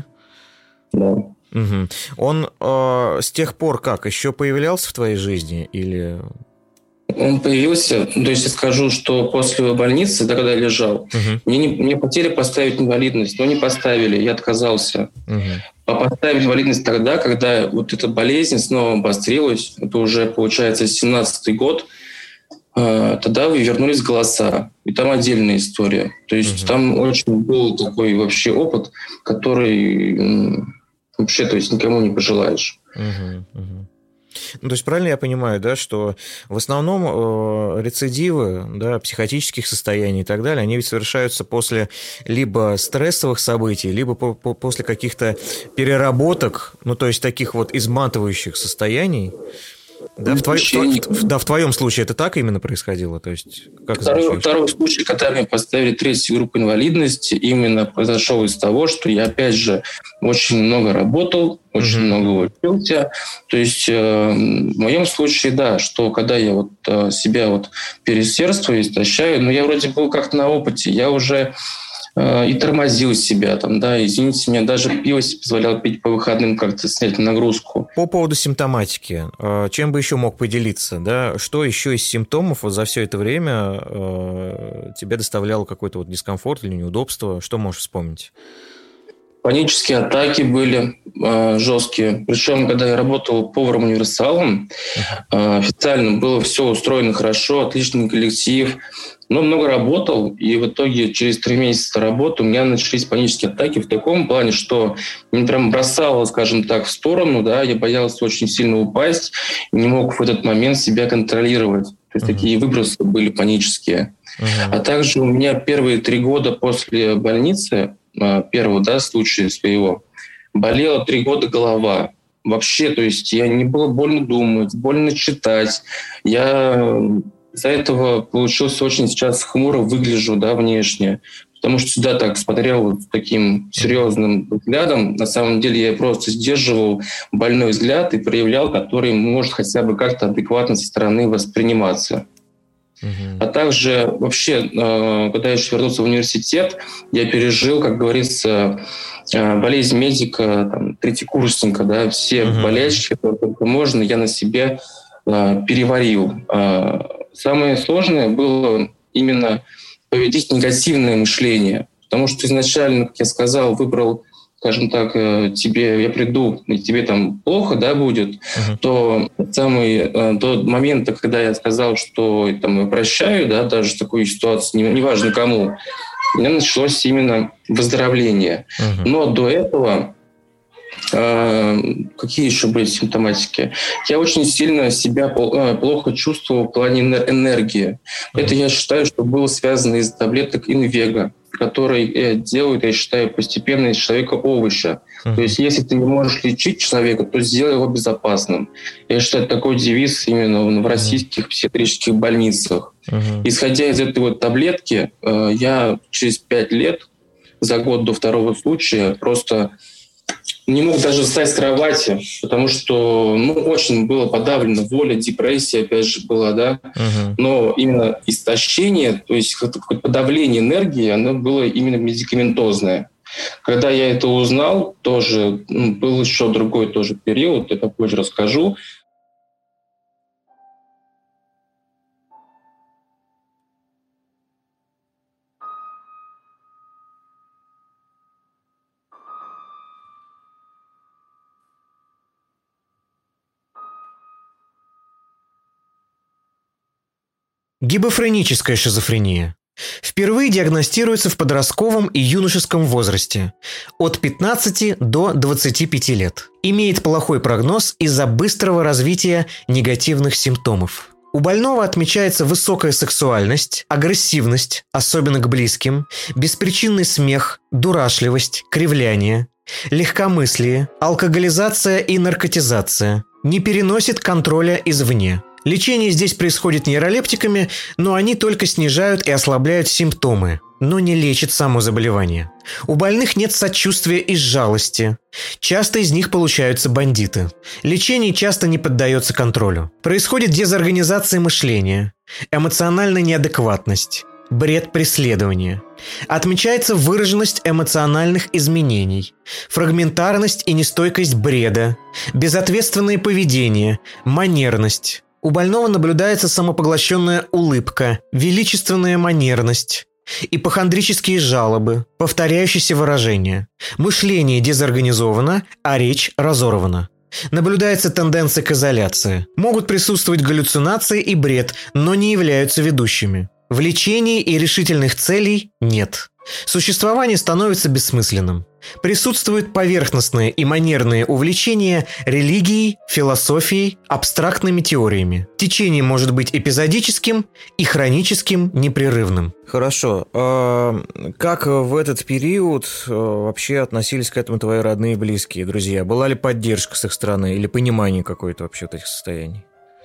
Да. Угу. Он э, с тех пор как? Еще появлялся в твоей жизни? Или... Он появился, то есть я скажу, что после больницы, да, когда я лежал, угу. мне, не, мне хотели поставить инвалидность, но не поставили, я отказался. Угу. А поставили инвалидность тогда, когда вот эта болезнь снова обострилась, это уже, получается, семнадцатый год, тогда вернулись голоса. И там отдельная история. То есть угу. там очень был такой вообще опыт, который вообще, то есть, никому не пожелаешь. Угу, угу. Ну, то есть правильно я понимаю, да, что в основном э, рецидивы, да, психотических состояний и так далее, они ведь совершаются после либо стрессовых событий, либо по- по- после каких-то переработок, ну, то есть таких вот изматывающих состояний. Да, в, твой, в, да, в твоем случае это так именно происходило? То есть, как второй, второй случай, когда мне поставили третью группу инвалидности, именно произошел из того, что я, опять же, очень много работал, очень mm-hmm. много учился. То есть, э, в моем случае, да, что когда я вот э, себя вот переусердствую, истощаю, но я вроде был как-то на опыте, я уже... и тормозил себя, там, да, извините меня, даже пиво себе позволял пить по выходным, как-то снять нагрузку. По поводу симптоматики, чем бы еще мог поделиться, да, что еще из симптомов вот за все это время э, тебе доставляло какой-то вот дискомфорт или неудобство, что можешь вспомнить? Панические атаки были э, жесткие. Причем, когда я работал поваром-универсалом, э, официально было все устроено хорошо, отличный коллектив, но много работал, и в итоге через три месяца работы у меня начались панические атаки в таком плане, что меня прям бросало, скажем так, в сторону, да, я боялся очень сильно упасть, не мог в этот момент себя контролировать. То есть uh-huh. такие выбросы были панические. Uh-huh. А также у меня первые три года после больницы, первого, да, случая своего, болела три года голова. Вообще, то есть я не было больно думать, больно читать. Я из-за этого получился очень сейчас хмуро выгляжу, да, внешне. Потому что сюда так смотрел вот с таким серьезным взглядом. На самом деле я просто сдерживал больной взгляд и проявлял, который может хотя бы как-то адекватно со стороны восприниматься. Uh-huh. А также вообще, когда я еще вернулся в университет, я пережил, как говорится, болезнь медика, там, третьекурсника, да, все uh-huh. болячки, которые только можно, я на себе переварил. Самое сложное было именно победить негативное мышление, потому что изначально, как я сказал, выбрал, скажем так, тебе я приду, и тебе там плохо, да, будет, uh-huh. то самый до момента, когда я сказал, что там я прощаю, да, даже такую ситуацию, неважно кому, у меня началось именно выздоровление. Uh-huh. Но до этого э, какие еще были симптоматики? Я очень сильно себя плохо чувствовал в плане энергии. Uh-huh. Это я считаю, что было связано из таблеток Инвега, который делает, я считаю, постепенно из человека овоща. Uh-huh. То есть если ты не можешь лечить человека, то сделай его безопасным. Я считаю, такой девиз именно в российских психиатрических больницах. Uh-huh. Исходя из этой вот таблетки, я через пять лет, за год до второго случая, просто не мог даже встать с кровати, потому что, ну, очень было подавлено воля, депрессия, опять же, была, да. Uh-huh. Но именно истощение, то есть подавление энергии, оно было именно медикаментозное. Когда я это узнал, тоже ну, был еще другой тоже период, я попозже расскажу. Гипофреническая шизофрения впервые диагностируется в подростковом и юношеском возрасте от пятнадцати до двадцати пяти лет. Имеет плохой прогноз из-за быстрого развития негативных симптомов. У больного отмечается высокая сексуальность, агрессивность, особенно к близким, беспричинный смех, дурашливость, кривляние, легкомыслие, алкоголизация и наркотизация. Не переносит контроля извне. Лечение здесь происходит нейролептиками, но они только снижают и ослабляют симптомы, но не лечат само заболевание. У больных нет сочувствия и жалости. Часто из них получаются бандиты. Лечение часто не поддается контролю. Происходит дезорганизация мышления, эмоциональная неадекватность, бред преследования. Отмечается выраженность эмоциональных изменений, фрагментарность и нестойкость бреда, безответственное поведение, манерность. У больного наблюдается самопоглощенная улыбка, величественная манерность, ипохондрические жалобы, повторяющиеся выражения. Мышление дезорганизовано, а речь разорвана. Наблюдается тенденция к изоляции. Могут присутствовать галлюцинации и бред, но не являются ведущими. В лечении и решительных целей нет. Существование становится бессмысленным. Присутствуют поверхностные и манерные увлечения религией, философией, абстрактными теориями. Течение может быть эпизодическим и хроническим, непрерывным. Хорошо. А как в этот период вообще относились к этому твои родные и близкие, друзья? Была ли поддержка с их стороны или понимание какое-то вообще вот этих состояний?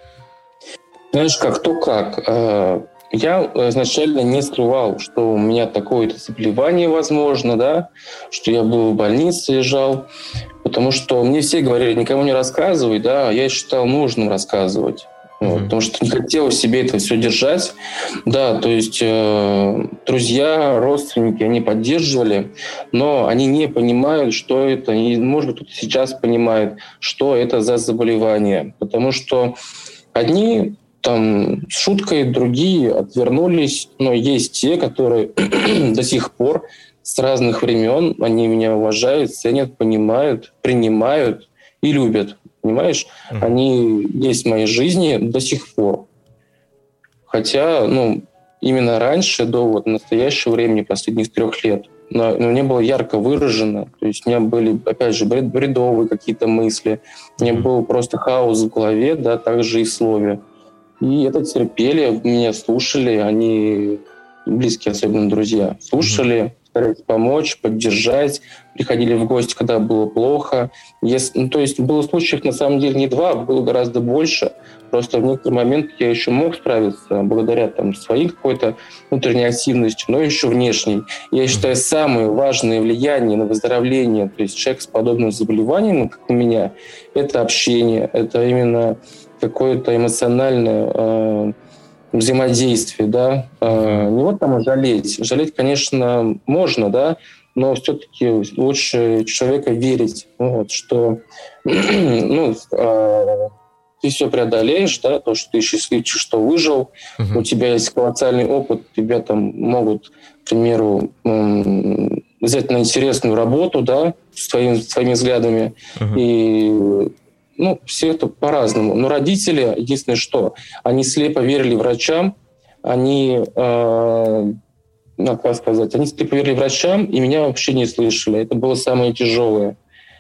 Знаешь, как кто как. Я изначально не скрывал, что у меня такое-то заболевание возможно, да, что я был в больнице, лежал, потому что мне все говорили, никому не рассказывай, да, а я считал нужным рассказывать, mm-hmm. вот, потому что не хотел в себе это все держать, да, то есть э, друзья, родственники, они поддерживали, но они не понимают, что это, и, может быть, кто-то сейчас понимает, что это за заболевание, потому что одни там с шуткой, другие отвернулись, но есть те, которые до сих пор с разных времен, они меня уважают, ценят, понимают, принимают и любят. Понимаешь? Mm-hmm. Они есть в моей жизни до сих пор. Хотя, ну, именно раньше, до вот настоящего времени, последних трех лет, но, но не было ярко выражено. То есть у меня были, опять же, бред, бредовые какие-то мысли. У меня был просто хаос в голове, да, также и в слове. И это терпели, меня слушали, они, близкие особенно друзья, слушали, старались помочь, поддержать, приходили в гости, когда было плохо. Если, ну, то есть было случаев, на самом деле, не два, было гораздо больше. Просто в некоторый момент я еще мог справиться благодаря там, своей какой-то внутренней активности, но еще внешней. Я считаю, самое важное влияние на выздоровление, то есть человек с подобным заболеванием, как у меня, это общение, это именно какое-то эмоциональное э, взаимодействие, да. Э, не вот там жалеть. Жалеть, конечно, можно, да, но все-таки лучше человека верить, вот, что ну, э, ты все преодолеешь, да, то, что ты счастлив, что выжил, uh-huh. у тебя есть колоссальный опыт, тебя там могут, к примеру, э, взять на интересную работу, да, своими, своими взглядами, uh-huh. и ну, все это по-разному. Но родители, единственное что, они слепо верили врачам, они, э, ну, как сказать, они слепо верили врачам, и меня вообще не слышали. Это было самое тяжелое.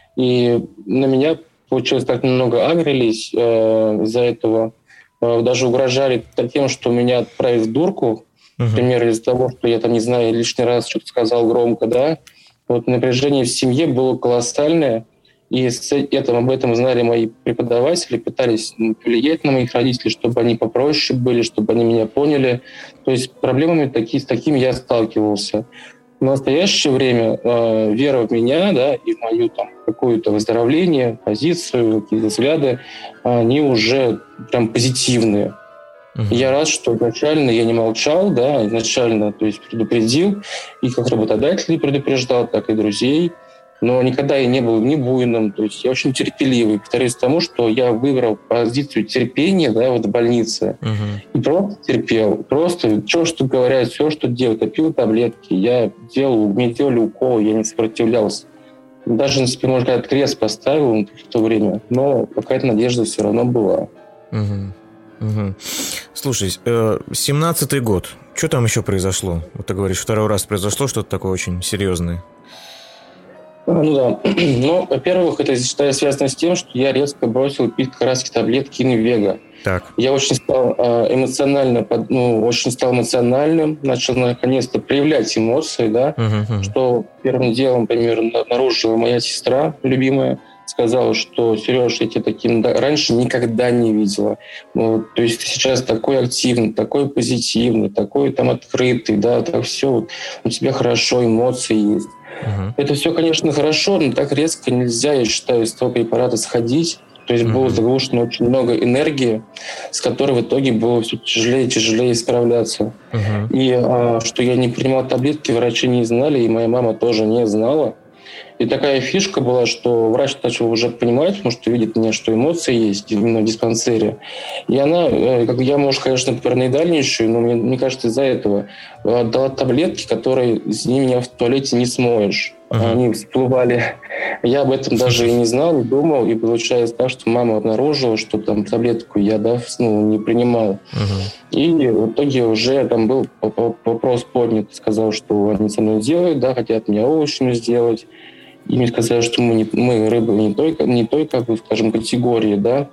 И на меня, получилось, так немного агрились э, из-за этого. Э, даже угрожали тем, что меня отправят в дурку, uh-huh. например, из-за того, что я там, не знаю, лишний раз что-то сказал громко, да. Вот напряжение в семье было колоссальное. И с этим, об этом знали мои преподаватели, пытались влиять на моих родителей, чтобы они попроще были, чтобы они меня поняли. То есть проблемами такие, с такими я сталкивался. В настоящее время э, вера в меня, да, и в мою там какое-то выздоровление, позицию, какие-то взгляды, они уже прям позитивные. Uh-huh. Я рад, что изначально я не молчал, да, изначально, то есть предупредил, и как работодателей предупреждал, так и друзей. Но никогда я не был ни буйным, то есть я очень терпеливый. Повторюсь тому, что я выбрал позицию терпения, да, вот в больнице. Uh-huh. И просто терпел. Просто все, что говорят, все, что делают. Я пил таблетки, я делал, мне делали уколы, я не сопротивлялся. Даже, можно сказать, крест поставил в то время, но какая-то надежда все равно была. Uh-huh. Uh-huh. Слушай, семнадцатый год, что там еще произошло? Вот ты говоришь, второй раз произошло что-то такое очень серьезное. Ну да. Ну, во-первых, это, считаю, связано с тем, что я резко бросил пить как раз таблетки Инвега. Так. Я очень стал эмоционально, ну, очень стал эмоциональным, начал наконец-то проявлять эмоции, да, uh-huh, uh-huh. что первым делом, например, обнаружила моя сестра любимая, сказала, что, Сереж, я тебя таким раньше никогда не видела. Ну, то есть ты сейчас такой активный, такой позитивный, такой там открытый, да, так все, у тебя хорошо, эмоции есть. Uh-huh. Это все, конечно, хорошо, но так резко нельзя, я считаю, из того препарата сходить. То есть uh-huh. было заглушено очень много энергии, с которой в итоге было все тяжелее и тяжелее справляться. Uh-huh. И а, что я не принимал таблетки, врачи не знали, и моя мама тоже не знала. И такая фишка была, что врач начал уже понимать, потому что видит мне, что эмоции есть именно в диспансере. И она, как я, может, конечно, параноидальнейшую, но мне, мне кажется, из-за этого дала таблетки, которые с ними в туалете не смоешь. Uh-huh. Они всплывали. Я об этом даже и не знал, не думал. И получается так, что мама обнаружила, что там таблетку я, да, ну, не принимал. Uh-huh. И в итоге уже там был вопрос поднят. Сказал, что они со мной делают, да, хотят меня овощами сделать. И мне сказали, что мы, не, мы рыбы не той, не той, как бы, скажем, категории, да,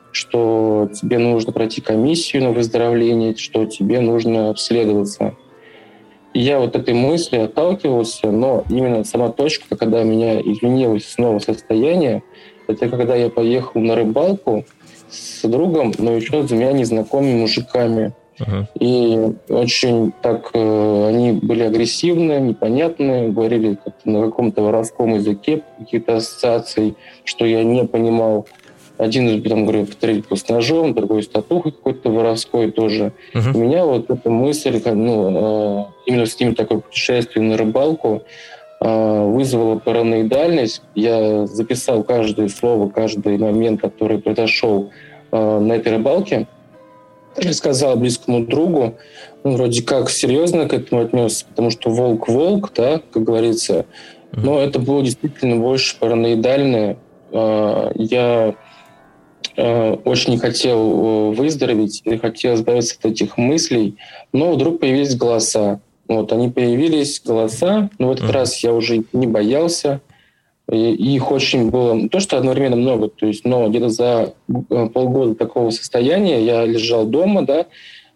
что тебе нужно пройти комиссию на выздоровление, что тебе нужно обследоваться. И я вот этой мысли отталкивался, но именно сама точка, когда меня изменилось снова состояние, это когда я поехал на рыбалку с другом, но еще с двумя незнакомыми мужиками. Uh-huh. И очень так э, они были агрессивные, непонятные, говорили как-то на каком-то воровском языке, какие-то ассоциации, что я не понимал. Один из там, говорю, повторил с ножом, другой с татухой какой-то воровской тоже. Uh-huh. У меня вот эта мысль, ну, э, именно с ними такое путешествие на рыбалку э, вызвало параноидальность. Я записал каждое слово, каждый момент, который произошел э, на этой рыбалке. рассказал близкому другу. Он вроде как серьезно к этому отнесся, потому что волк-волк, да, как говорится. Но это было действительно больше параноидальное. Я очень не хотел выздороветь, и хотел избавиться от этих мыслей, но вдруг появились голоса. Вот, они появились, голоса, но в этот mm-hmm. раз я уже не боялся, и их очень было, не то что одновременно много, то есть, но где-то за полгода такого состояния я лежал дома, да,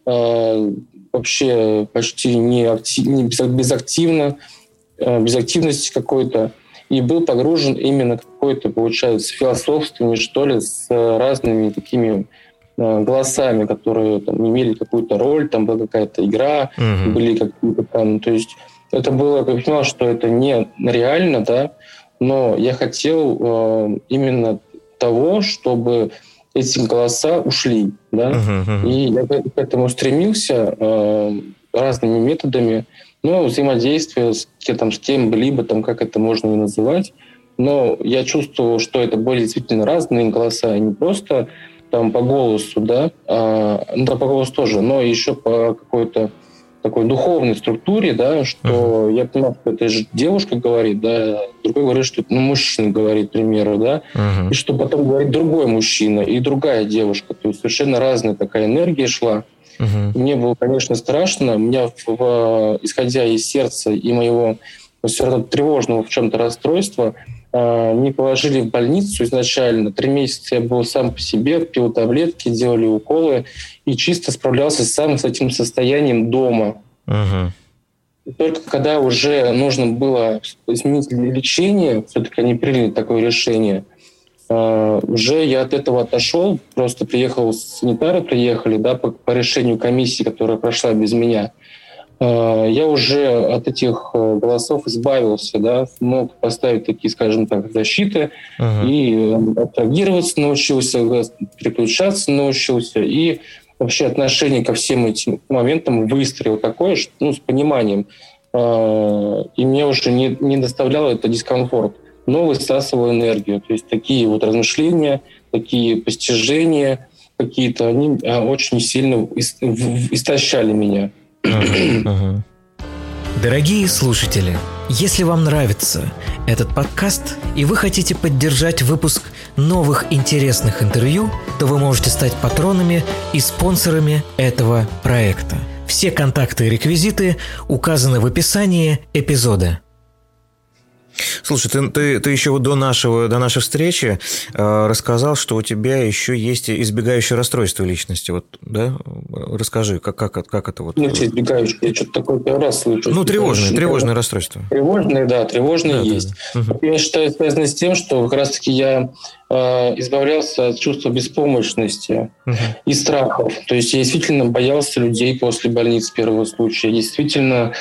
э, вообще почти не, актив, не безактивно, э, без активности какой-то, и был погружен именно в какое-то, получается, философствование, что ли, с разными такими э, голосами, которые там имели какую-то роль, там была какая-то игра, mm-hmm. были какие-то там, то есть это было, я понимал, что это не реально, да, но я хотел э, именно того, чтобы эти голоса ушли, да, uh-huh, uh-huh. и я к этому стремился э, разными методами, ну, взаимодействие с, там, с кем-либо, там, как это можно и называть, но я чувствовал, что это были действительно разные голоса, не просто там по голосу, да, а, ну, да, по голосу тоже, но еще по какой-то такой духовной структуре, да, что uh-huh. я понимал, что это же девушка говорит, да, другой говорит, что это ну, мужчина говорит, к примеру, да, uh-huh. и что потом говорит другой мужчина и другая девушка, то есть совершенно разная такая энергия шла. Uh-huh. Мне было, конечно, страшно, у меня, в, в, исходя из сердца и моего все равно тревожного в чем-то расстройства, э, не положили в больницу изначально. Три месяца я был сам по себе, пил таблетки, делали уколы и чисто справлялся сам с этим состоянием дома. Uh-huh. И только когда уже нужно было изменить лечение, все-таки они приняли такое решение, Uh, уже я от этого отошел, просто приехал, санитары приехали, да, по, по решению комиссии, которая прошла без меня. Uh, я уже от этих голосов избавился, да, мог поставить такие, скажем так, защиты, uh-huh. и абстрагироваться научился, переключаться научился, и вообще отношение ко всем этим моментам выстроил такое, что, ну, с пониманием. Uh, и мне уже не, не доставляло это дискомфорт. Но высасывал энергию. То есть такие вот размышления, такие постижения какие-то, они очень сильно истощали меня. Uh-huh. Дорогие слушатели, если вам нравится этот подкаст и вы хотите поддержать выпуск новых интересных интервью, то вы можете стать патронами и спонсорами этого проекта. Все контакты и реквизиты указаны в описании эпизода. Слушай, ты, ты, ты еще до, нашего, до нашей встречи э, рассказал, что у тебя еще есть избегающее расстройство личности. Вот, да? Расскажи, как, как, как это вот... Нет, избегающее. Я что-то такое первый раз слышу. Ну, тревожное, тревожное расстройство. Тревожное, да, тревожное да, есть. Да, да. Я считаю, связано с тем, что как раз-таки я э, избавлялся от чувства беспомощности uh-huh. и страхов. То есть я действительно боялся людей после больницы первого случая. Я действительно...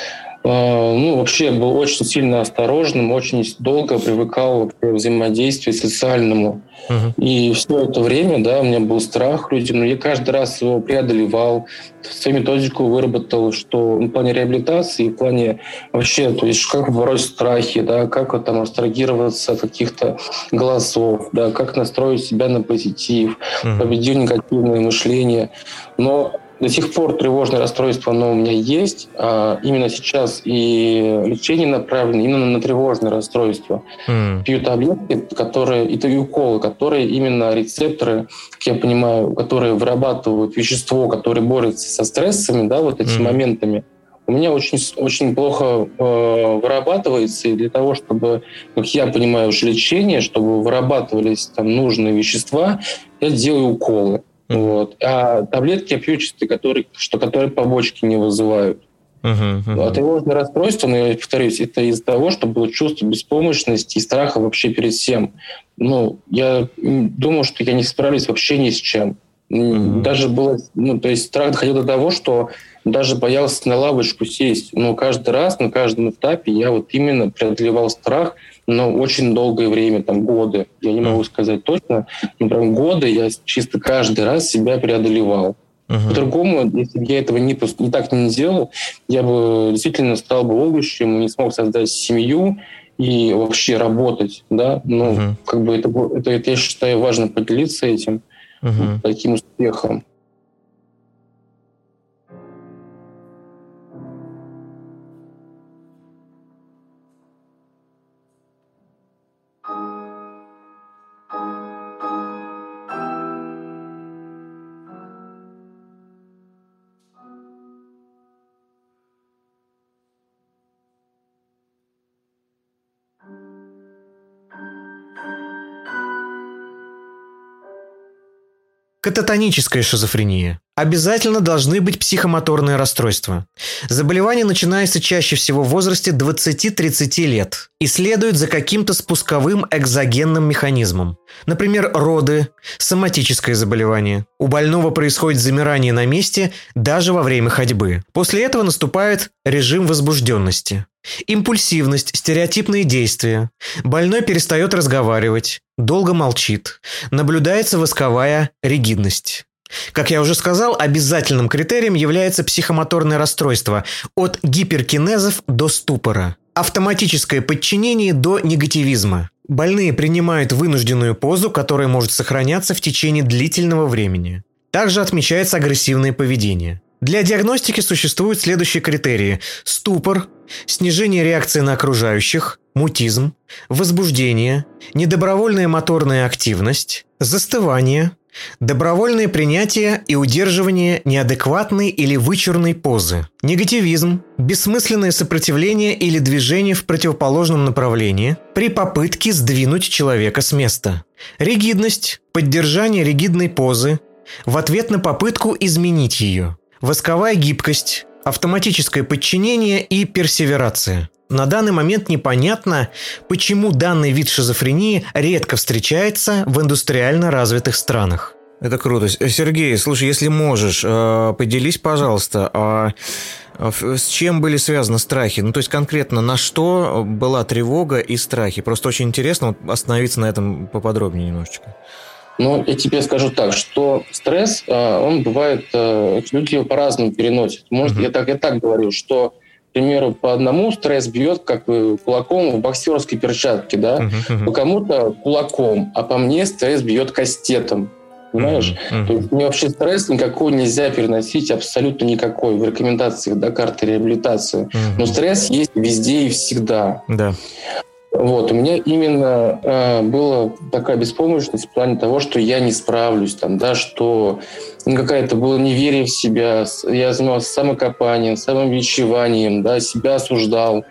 Ну, вообще был очень сильно осторожным, очень долго привыкал к взаимодействию социальному. Uh-huh. И все это время, да, у меня был страх людям, но я каждый раз его преодолевал, свою методику выработал, что в плане реабилитации, в плане вообще, то есть как побороть страхи, да, как вот, там абстрагироваться от каких-то голосов, да, как настроить себя на позитив, uh-huh. победить негативное мышление. Но до сих пор тревожное расстройство, оно у меня есть. А именно сейчас и лечение направлено именно на тревожное расстройство. Mm. Пью таблетки, которые, и уколы, которые именно рецепторы, как я понимаю, которые вырабатывают вещество, которое борется со стрессами, да, вот этими mm. моментами, у меня очень, очень плохо э, вырабатывается. И для того, чтобы, как я понимаю, уже лечение, чтобы вырабатывались там нужные вещества, я делаю уколы. Вот. А таблетки я пью чисто, которые, что, которые побочки не вызывают. Uh-huh, uh-huh. А тревожное расстройство, но я повторюсь, это из-за того, что было чувство беспомощности и страха вообще перед всем. Ну, я думал, что я не справлюсь вообще ни с чем. Uh-huh. Даже было, ну, то есть страх доходил до того, что даже боялся на лавочку сесть. Но каждый раз, на каждом этапе я вот именно преодолевал страх, но очень долгое время, там годы, я не могу сказать точно, но прям годы я чисто каждый раз себя преодолевал. Uh-huh. По-другому, если бы я этого не, не так не делал, я бы действительно стал бы овощем, не смог создать семью и вообще работать, да. Ну, uh-huh. как бы это, это, это, я считаю, важно поделиться этим, uh-huh. таким успехом. Кататоническая шизофрения. Обязательно должны быть психомоторные расстройства. Заболевание начинается чаще всего в возрасте двадцати-тридцати лет и следует за каким-то спусковым экзогенным механизмом. Например, роды, соматическое заболевание. У больного происходит замирание на месте даже во время ходьбы. После этого наступает режим возбужденности. Импульсивность, стереотипные действия. Больной перестает разговаривать, долго молчит. Наблюдается восковая ригидность. Как я уже сказал, обязательным критерием является психомоторное расстройство от гиперкинезов до ступора, автоматическое подчинение до негативизма. Больные принимают вынужденную позу, которая может сохраняться в течение длительного времени. Также отмечается агрессивное поведение. Для диагностики существуют следующие критерии: ступор, снижение реакции на окружающих, мутизм, возбуждение, недобровольная моторная активность, застывание, добровольное принятие и удерживание неадекватной или вычурной позы, негативизм, бессмысленное сопротивление или движение в противоположном направлении при попытке сдвинуть человека с места, ригидность, поддержание ригидной позы в ответ на попытку изменить ее, восковая гибкость, автоматическое подчинение и персеверация. На данный момент непонятно, почему данный вид шизофрении редко встречается в индустриально развитых странах. Это круто. Сергей, слушай, если можешь, поделись, пожалуйста, а с чем были связаны страхи? Ну, то есть конкретно на что была тревога и страхи? Просто очень интересно остановиться на этом поподробнее немножечко. Ну, я тебе скажу так, что стресс, он бывает, люди его по-разному переносят. Может, uh-huh. я, так, я так говорю, что, к примеру, по одному стресс бьет как бы кулаком в боксерской перчатке, да, uh-huh, uh-huh. по кому-то кулаком, а по мне стресс бьет кастетом. Понимаешь? Uh-huh, uh-huh. То есть мне вообще стресс никакой нельзя переносить, абсолютно никакой, в рекомендациях до карты реабилитации. Uh-huh. Но стресс есть везде и всегда. Да. Вот, у меня именно э, была такая беспомощность в плане того, что я не справлюсь, там, да, что какая-то было неверие в себя, я занимался самокопанием, самобичеванием, да, себя осуждал,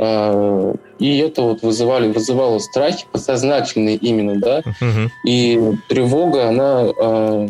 э, и это вот вызывали, вызывало страхи подсознательные именно, да, uh-huh. и тревога, она э,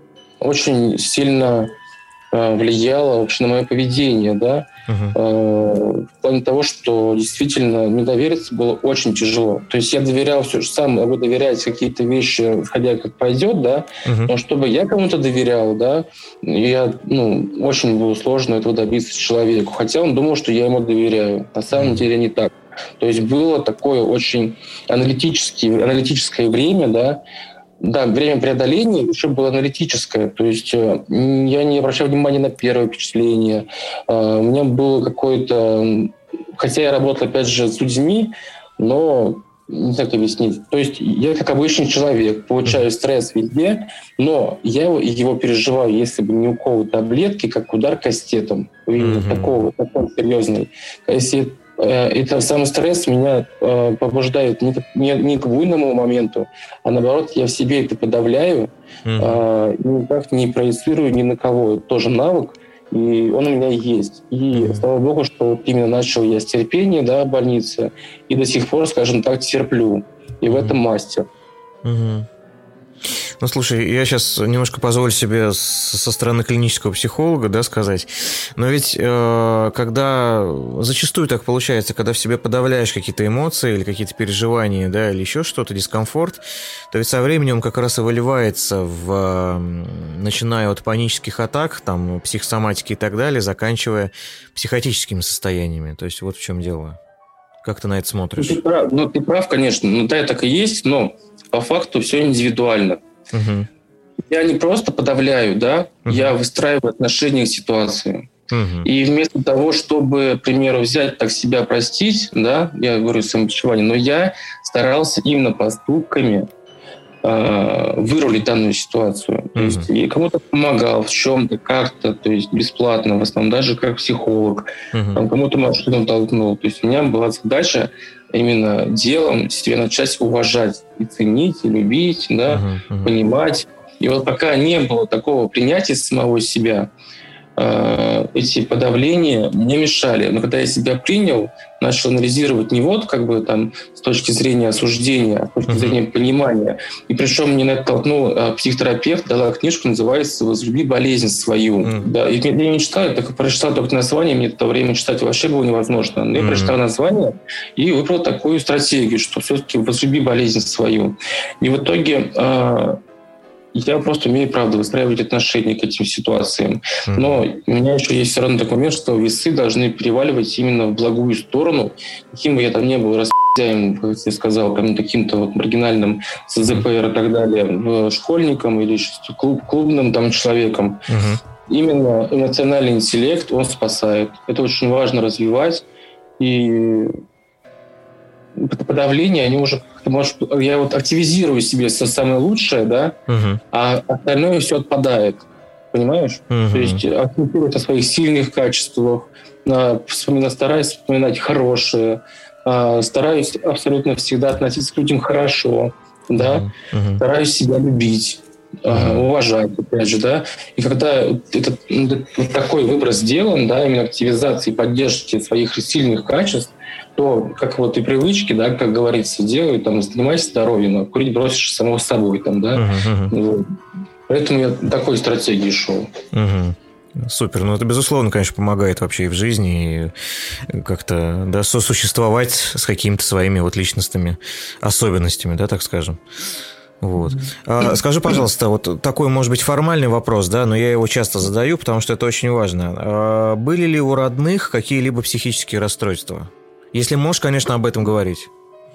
очень сильно э, влияла вообще на мое поведение, да, Uh-huh. в плане того, что действительно мне довериться было очень тяжело. То есть я доверял все, что сам могу доверять какие-то вещи, входя как пойдет, да, uh-huh. но чтобы я кому-то доверял, да, я, ну, очень было сложно этого добиться человеку, хотя он думал, что я ему доверяю. На самом uh-huh. деле не так. То есть было такое очень аналитическое, аналитическое время, да. Да, время преодоления еще было аналитическое. То есть я не обращал внимания на первое впечатление. У меня было какое-то... Хотя я работал, опять же, с людьми, но... Не знаю, как объяснить. То есть я, как обычный человек, получаю стресс везде, но я его переживаю, если бы не укол таблетки, как удар кастетом. Mm-hmm. Такого, такого серьезный. Если это самый стресс меня э, побуждает не, не, не к буйному моменту, а наоборот, я в себе это подавляю, mm-hmm. э, никак не проецирую ни на кого. Это тоже навык, и он у меня есть. И mm-hmm. слава богу, что вот именно начал я с терпения, да, в больнице, и до сих пор, скажем так, терплю. И mm-hmm. в этом мастер. Mm-hmm. Ну, слушай, я сейчас немножко позволю себе со стороны клинического психолога, да, сказать. Но ведь э, когда зачастую так получается, когда в себе подавляешь какие-то эмоции или какие-то переживания, да, или еще что-то, дискомфорт, то ведь со временем он как раз и выливается в, начиная от панических атак, там, психосоматики и так далее, заканчивая психотическими состояниями. То есть вот в чем дело. Как ты на это смотришь? Ну, ты прав, ну, ты прав, конечно. Ну, да, так и есть, но по факту все индивидуально. Uh-huh. Я не просто подавляю, да, uh-huh. я выстраиваю отношения к ситуации. Uh-huh. И вместо того, чтобы, к примеру, взять так себя простить, да, я говорю самобичевание, но я старался именно поступками э, вырулить данную ситуацию. То uh-huh. есть я кому-то помогал в чем-то, как-то, то есть бесплатно, в основном даже как психолог, uh-huh. там, кому-то маршрутом толкнул. То есть у меня была задача именно делом себя начать уважать и ценить, и любить, да, uh-huh, uh-huh. понимать. И вот пока не было такого принятия самого себя, эти подавления мне мешали. Но когда я себя принял, начал анализировать не вот как бы там с точки зрения осуждения, а с точки зрения понимания. И причем мне на это толкнул психотерапевт, дала книжку, называется «Возлюби болезнь свою». Mm-hmm. Да, и я не читал, я только прочитал только название, мне в то время читать вообще было невозможно. Но я mm-hmm. прочитал название и выбрал такую стратегию, что все-таки возлюби болезнь свою. И в итоге я просто умею, правда, выстраивать отношения к этим ситуациям. Но у меня еще есть все равно такой момент, что весы должны переваливать именно в благую сторону. Каким бы я там ни был распи***ем, как я сказал, там, каким-то вот маргинальным с зэ пэ эр и так далее, школьником или клуб, клубным там, человеком, uh-huh. именно эмоциональный интеллект, он спасает. Это очень важно развивать. И подавление, они уже, может, я вот активизирую себе все самое лучшее, да, uh-huh. а остальное все отпадает. Понимаешь? Uh-huh. То есть акцентировать на своих сильных качествах, вспоминать, стараюсь вспоминать хорошее, стараюсь абсолютно всегда относиться к людям хорошо, да, uh-huh. стараюсь себя любить. Uh-huh. уважать, опять же, да, и когда этот, вот такой выбор сделан, да, именно активизации и поддержки своих сильных качеств, то, как вот и привычки, да, как говорится, делай, там, занимайся здоровьем, а курить бросишь самого собой, там, да, uh-huh. вот. Поэтому я такой стратегией шел. Uh-huh. Супер, ну это, безусловно, конечно, помогает вообще и в жизни, и как-то, да, сосуществовать с какими-то своими вот личностными особенностями, да, так скажем. Вот. А, скажи, пожалуйста, вот такой, может быть, формальный вопрос, да, но я его часто задаю, потому что это очень важно. А были ли у родных какие-либо психические расстройства? Если можешь, конечно, об этом говорить.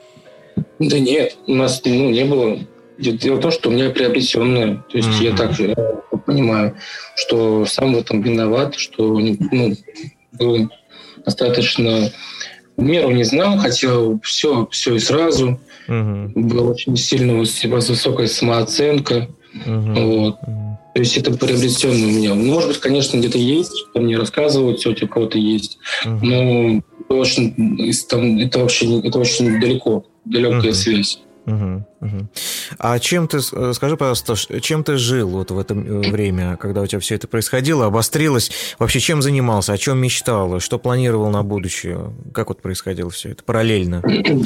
Да нет, у нас ну, не было. Дело в том, что у меня приобретенное. То есть mm-hmm. я также я понимаю, что сам в этом виноват, что ну, был достаточно в меру не знал, хотел все, все и сразу. Uh-huh. Была очень сильно высокая самооценка. Uh-huh. Вот. Uh-huh. То есть это приобретенное у меня. Может быть, конечно, где-то есть, там мне рассказывают, все, у кого-то есть. Uh-huh. Но это очень, там, это вообще это очень далеко, далекая uh-huh. связь. Uh-huh. Uh-huh. А чем ты, скажи, пожалуйста, чем ты жил вот в это время, когда у тебя все это происходило, обострилось? Вообще, чем занимался, о чем мечтал, что планировал на будущее? Как вот происходило все это параллельно?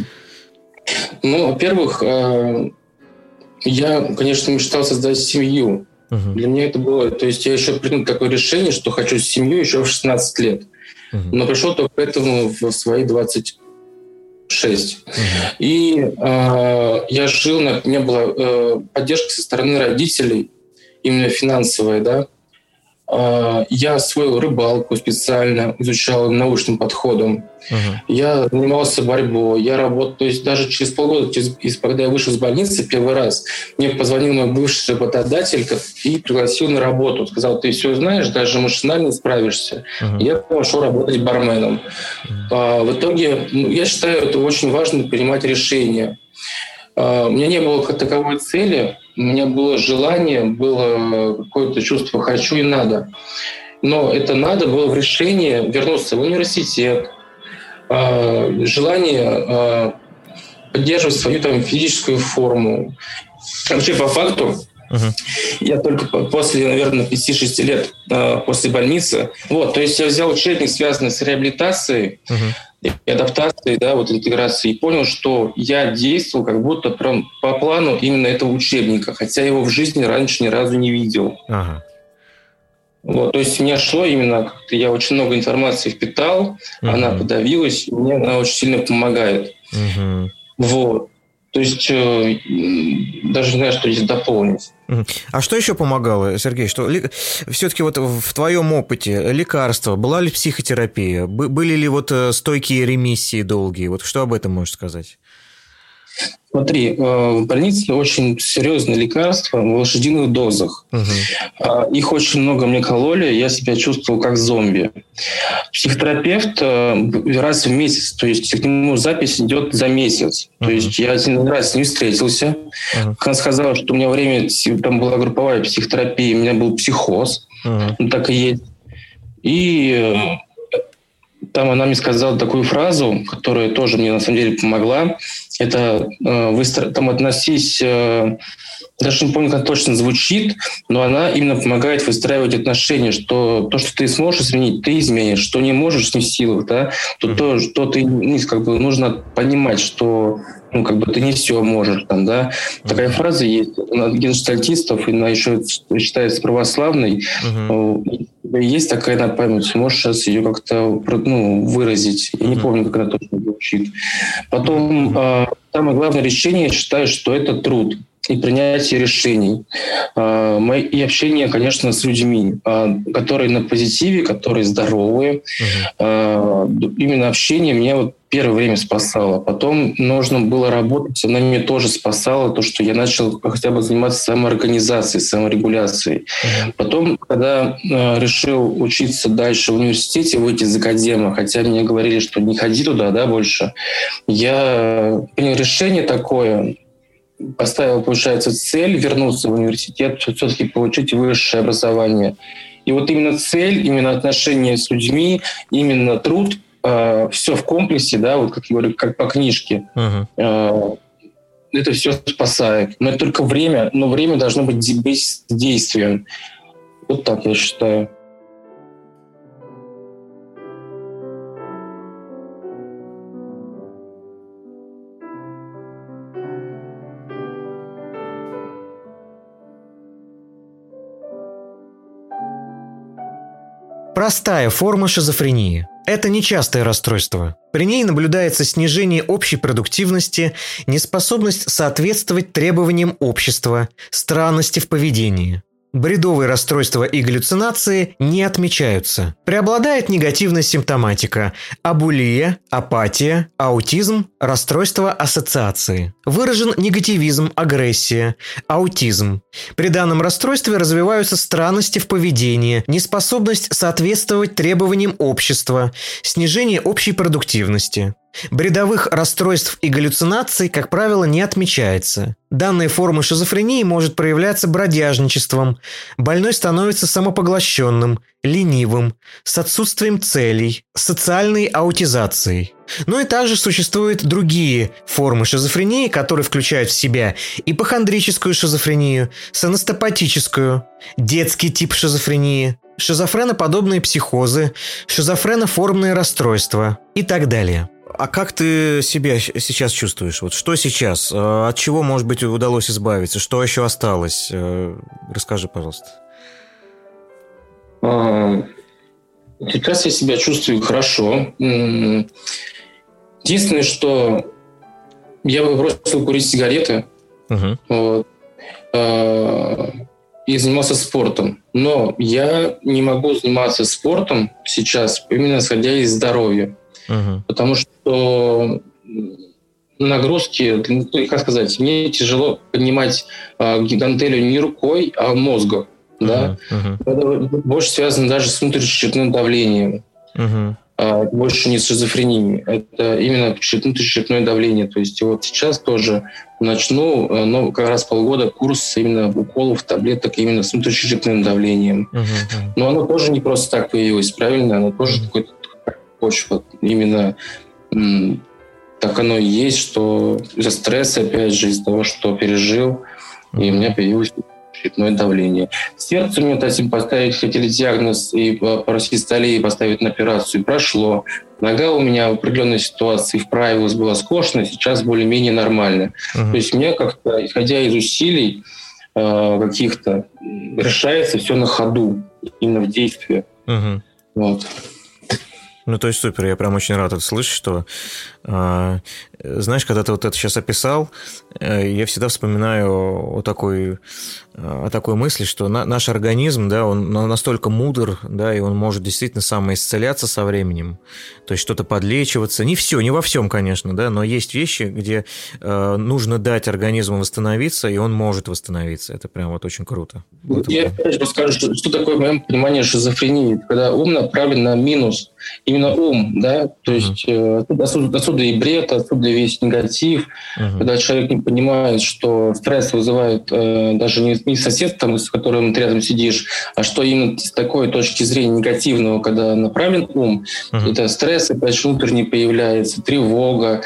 Ну, во-первых, я, конечно, мечтал создать семью. Uh-huh. Для меня это было... То есть я еще принял такое решение, что хочу семью еще в шестнадцать лет. Uh-huh. Но пришел только к этому в свои двадцать шесть. Uh-huh. И э, я жил... На, у меня была э, поддержка со стороны родителей, именно финансовая, да. Э, я освоил рыбалку специально, изучал научным подходом. Uh-huh. Я занимался борьбой, я работал, то есть даже через полгода, через, когда я вышел из больницы первый раз, мне позвонил мой бывший работодатель и пригласил на работу. Сказал, ты все знаешь, даже машинально справишься. Uh-huh. Я пошел работать барменом. Uh-huh. А, в итоге, ну, я считаю, это очень важно принимать решения. А, у меня не было как таковой цели, у меня было желание, было какое-то чувство «хочу» и «надо». Но это «надо» было в решении вернуться в университет, желание поддерживать свою там физическую форму. Вообще, по факту, uh-huh. я только после, наверное, пяти-шести лет после больницы, вот, то есть я взял учебник, связанный с реабилитацией, uh-huh. и адаптацией, да, вот интеграцией, и понял, что я действовал как будто прям по плану именно этого учебника, хотя его в жизни раньше ни разу не видел. Uh-huh. Вот, то есть у меня шло именно, как-то я очень много информации впитал, uh-huh. она подавилась, и мне она очень сильно помогает. Uh-huh. Вот. То есть э, даже не знаю, что здесь дополнить. Uh-huh. А что еще помогало, Сергей? Что ли, все-таки вот в твоем опыте лекарства, была ли психотерапия, были ли вот стойкие ремиссии долгие? Вот что об этом можешь сказать? Смотри, в больнице очень серьезные лекарства в лошадиных дозах. Угу. Их очень много мне кололи, я себя чувствовал как зомби. Психотерапевт раз в месяц, то есть к нему запись идет за месяц. Угу. То есть я один раз с ним встретился. Угу. Она сказала, что у меня время, там была групповая психотерапия, у меня был психоз. Угу. Ну, так и есть. И там она мне сказала такую фразу, которая тоже мне на самом деле помогла. это э, выстро... там относись... Э, даже не помню, как точно звучит, но она именно помогает выстраивать отношения, что то, что ты сможешь изменить, ты изменишь, что не можешь, не в силах, да, то, mm-hmm. то что ты, ну, как бы, нужно понимать, что, ну, как бы, ты не все можешь, там, да. Mm-hmm. Такая фраза есть у гештальтистов, и она еще считается православной. Mm-hmm. Есть такая на память, можешь сейчас ее как-то, ну, выразить. Я mm-hmm. не помню, как она точно звучит. Потом, mm-hmm. э, самое главное решение, я считаю, что это труд и принятие решений. И общение, конечно, с людьми, которые на позитиве, которые здоровые. Uh-huh. Именно общение меня вот первое время спасало. Потом нужно было работать, она меня тоже спасала, то, что я начал хотя бы заниматься самоорганизацией, саморегуляцией. Uh-huh. Потом, когда решил учиться дальше в университете, выйти из академа, хотя мне говорили, что не ходи туда, да, больше, я принял решение такое, поставил, получается, цель вернуться в университет, все-таки получить высшее образование. И вот именно цель, именно отношения с людьми, именно труд, э, все в комплексе, да, вот как я говорю, как по книжке, uh-huh. э, это все спасает. Но это только время, но время должно быть действием. Вот так я считаю. Простая форма шизофрении. Это нечастое расстройство. При ней наблюдается снижение общей продуктивности, неспособность соответствовать требованиям общества, странности в поведении. Бредовые расстройства и галлюцинации не отмечаются. Преобладает негативная симптоматика – абулия, апатия, аутизм, расстройство ассоциации. Выражен негативизм, агрессия, аутизм. При данном расстройстве развиваются странности в поведении, неспособность соответствовать требованиям общества, снижение общей продуктивности. Бредовых расстройств и галлюцинаций, как правило, не отмечается. Данная форма шизофрении может проявляться бродяжничеством. Больной становится самопоглощенным, ленивым, с отсутствием целей, социальной аутизацией. Но и также существуют другие формы шизофрении, которые включают в себя ипохондрическую шизофрению, сонастопатическую, детский тип шизофрении, шизофреноподобные психозы, шизофреноформные расстройства и так далее. А как ты себя сейчас чувствуешь? Вот что сейчас? От чего, может быть, удалось избавиться? Что еще осталось? Расскажи, пожалуйста. Сейчас я себя чувствую хорошо. Единственное, что я бросил курить сигареты. Uh-huh. Вот, и занимался спортом. Но я не могу заниматься спортом сейчас, именно исходя из здоровья. Uh-huh. Потому что нагрузки, как сказать, мне тяжело поднимать э, гантелью не рукой, а мозгом. Uh-huh. Да? Uh-huh. Это больше связано даже с внутричерепным давлением. Uh-huh. А больше не с шизофренией. Это именно внутричерепное давление. То есть вот сейчас тоже начну, но как раз полгода курс именно уколов, таблеток именно с внутричерепным давлением. Uh-huh. Но оно тоже не просто так появилось, правильно? Оно тоже uh-huh. какой-то почва. Именно м, так оно и есть, что из-за стресса, опять же, из-за того, что пережил, mm-hmm. и у меня появилось щитное давление. Сердце мне, кстати, поставить хотели диагноз и попросить столей поставить на операцию. Прошло. Нога у меня в определенной ситуации вправилась, была скошена, сейчас более-менее нормально. Mm-hmm. То есть мне как-то, исходя из усилий э, каких-то, решается все на ходу, именно в действии. Mm-hmm. Вот. Ну, то есть супер, я прям очень рад это слышать, что, э, знаешь, когда ты вот это сейчас описал, э, я всегда вспоминаю о такой, о такой мысли, что на, наш организм, да, он настолько мудр, да, и он может действительно самоисцеляться со временем, то есть что-то подлечиваться, не все, не во всем, конечно, да, но есть вещи, где э, нужно дать организму восстановиться, и он может восстановиться, это прям вот очень круто. Я опять же скажу, что, что такое в моем понимании шизофрении, когда ум направлен на минус, именно ум, да, то есть mm-hmm. э, отсюда, отсюда и бред, отсюда весь негатив, mm-hmm. когда человек не понимает, что стресс вызывает э, даже не, не сосед, там, с которым ты рядом сидишь, а что именно с такой точки зрения негативного, когда направлен ум, mm-hmm. это стресс, опять же, внутренний появляется, тревога,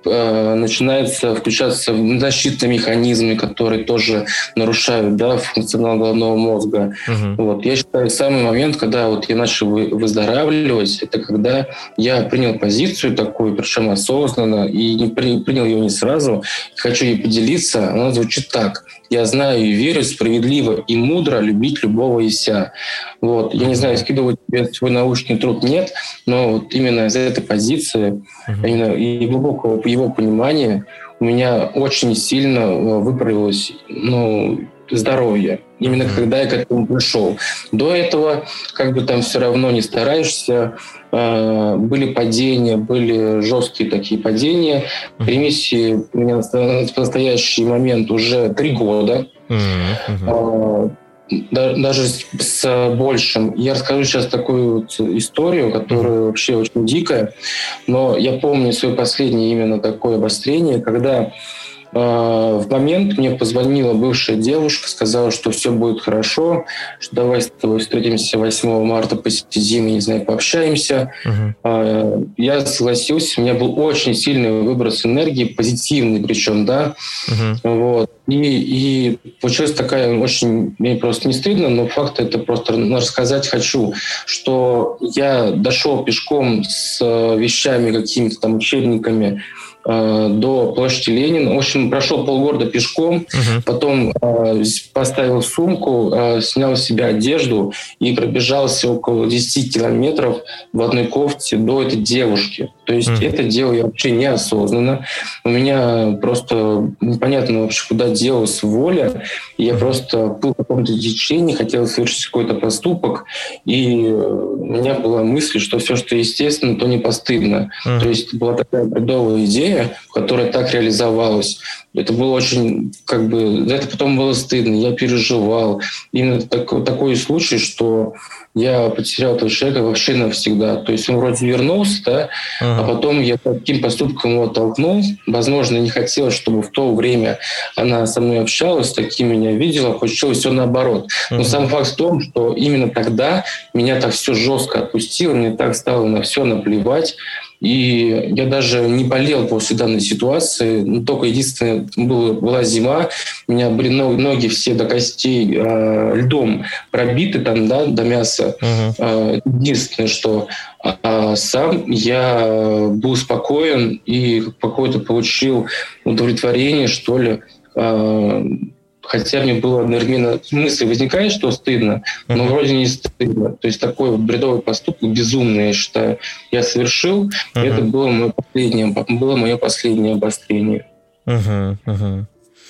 э, начинается включаться защитные механизмы, которые тоже нарушают, да, функционал головного мозга. Uh-huh. Вот. Я считаю, самый момент, когда вот я начал выздоравливать, это когда я принял позицию такую, причем осознанно, и не при, принял ее не сразу. Хочу ей поделиться. Она звучит так. Я знаю и верю справедливо и мудро любить любого и ся. Вот. Я не знаю, скидывать тебе свой научный труд нет, но вот именно из этой позиции, uh-huh. именно и глубокого его понимания у меня очень сильно выправилось, ну, здоровье. Именно uh-huh. когда я к этому пришел. До этого, как бы там все равно не стараешься, э, были падения, были жесткие такие падения. Uh-huh. Ремиссии у меня в настоящий момент уже три года. Uh-huh. Э, даже с большим. Я расскажу сейчас такую вот историю, которая uh-huh. вообще очень дикая. Но я помню свое последнее именно такое обострение, когда в момент мне позвонила бывшая девушка, сказала, что все будет хорошо, что давай с тобой встретимся восьмого марта, посидим, не знаю, пообщаемся. Uh-huh. Я согласился, у меня был очень сильный выброс энергии, позитивный причем, да. Uh-huh. Вот. И, и получилась такая очень, мне просто не стыдно, но факт это просто рассказать хочу, что я дошел пешком с вещами, какими-то там учебниками, до площади Ленина. В общем, прошел полгорода пешком, uh-huh. потом э, поставил сумку, э, снял с себя одежду и пробежался около десять километров в одной кофте до этой девушки. То есть uh-huh. это делал я вообще неосознанно. У меня просто непонятно вообще, куда делась воля. Я uh-huh. просто был в каком-то течении, хотел совершить какой-то поступок, и у меня была мысль, что все, что естественно, то не постыдно. Uh-huh. То есть была такая бредовая идея, которая так реализовалась. Это было очень, как бы, за это потом было стыдно, я переживал. Именно такой, такой случай, что я потерял этого человека вообще навсегда. То есть он вроде вернулся, да, uh-huh. а потом я таким поступком его оттолкнул. Возможно, не хотелось, чтобы в то время она со мной общалась, таким меня видела, получилось все наоборот. Uh-huh. Но сам факт в том, что именно тогда меня так все жестко отпустило, мне так стало на все наплевать. И я даже не болел после данной ситуации. Ну, только единственное, было, была зима, у меня были ноги, ноги все до костей э, льдом пробиты там, да, до мяса. Uh-huh. Э, единственное, что э, сам я был спокоен и какое-то получил удовлетворение, что ли. Э, Хотя мне было одновременно мысль возникает, что стыдно, но uh-huh. вроде не стыдно. То есть такой вот бредовый поступок, безумный, я считаю, я совершил. Uh-huh. И это было мое последнее, было мое последнее обострение. Uh-huh. Uh-huh.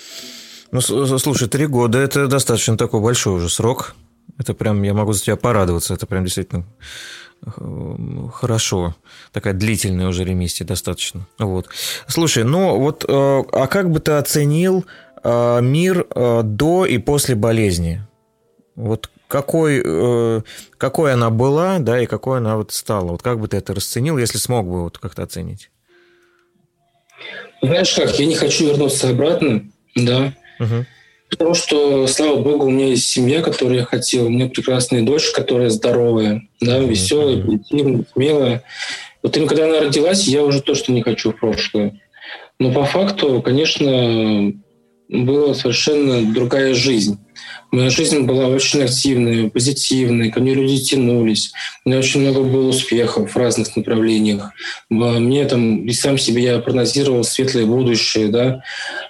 Ну, слушай, три года – это достаточно такой большой уже срок. Это прям, я могу за тебя порадоваться. Это прям действительно хорошо. Такая длительная уже ремиссия достаточно. Вот. Слушай, ну вот, а как бы ты оценил мир до и после болезни? Вот какой, какой она была, да, и какой она вот стала? Вот как бы ты это расценил, если смог бы вот как-то оценить? Знаешь как, я не хочу вернуться обратно, да, угу. потому что, слава богу, у меня есть семья, которую я хотел, у меня прекрасная дочь, которая здоровая, да, угу. веселая, позитивная, смелая. Вот именно когда она родилась, я уже точно не хочу в прошлое. Но по факту, конечно, была совершенно другая жизнь. Моя жизнь была очень активная, позитивная, ко мне люди тянулись. У меня очень много было успехов в разных направлениях. Мне там и сам себе я прогнозировал светлое будущее, да.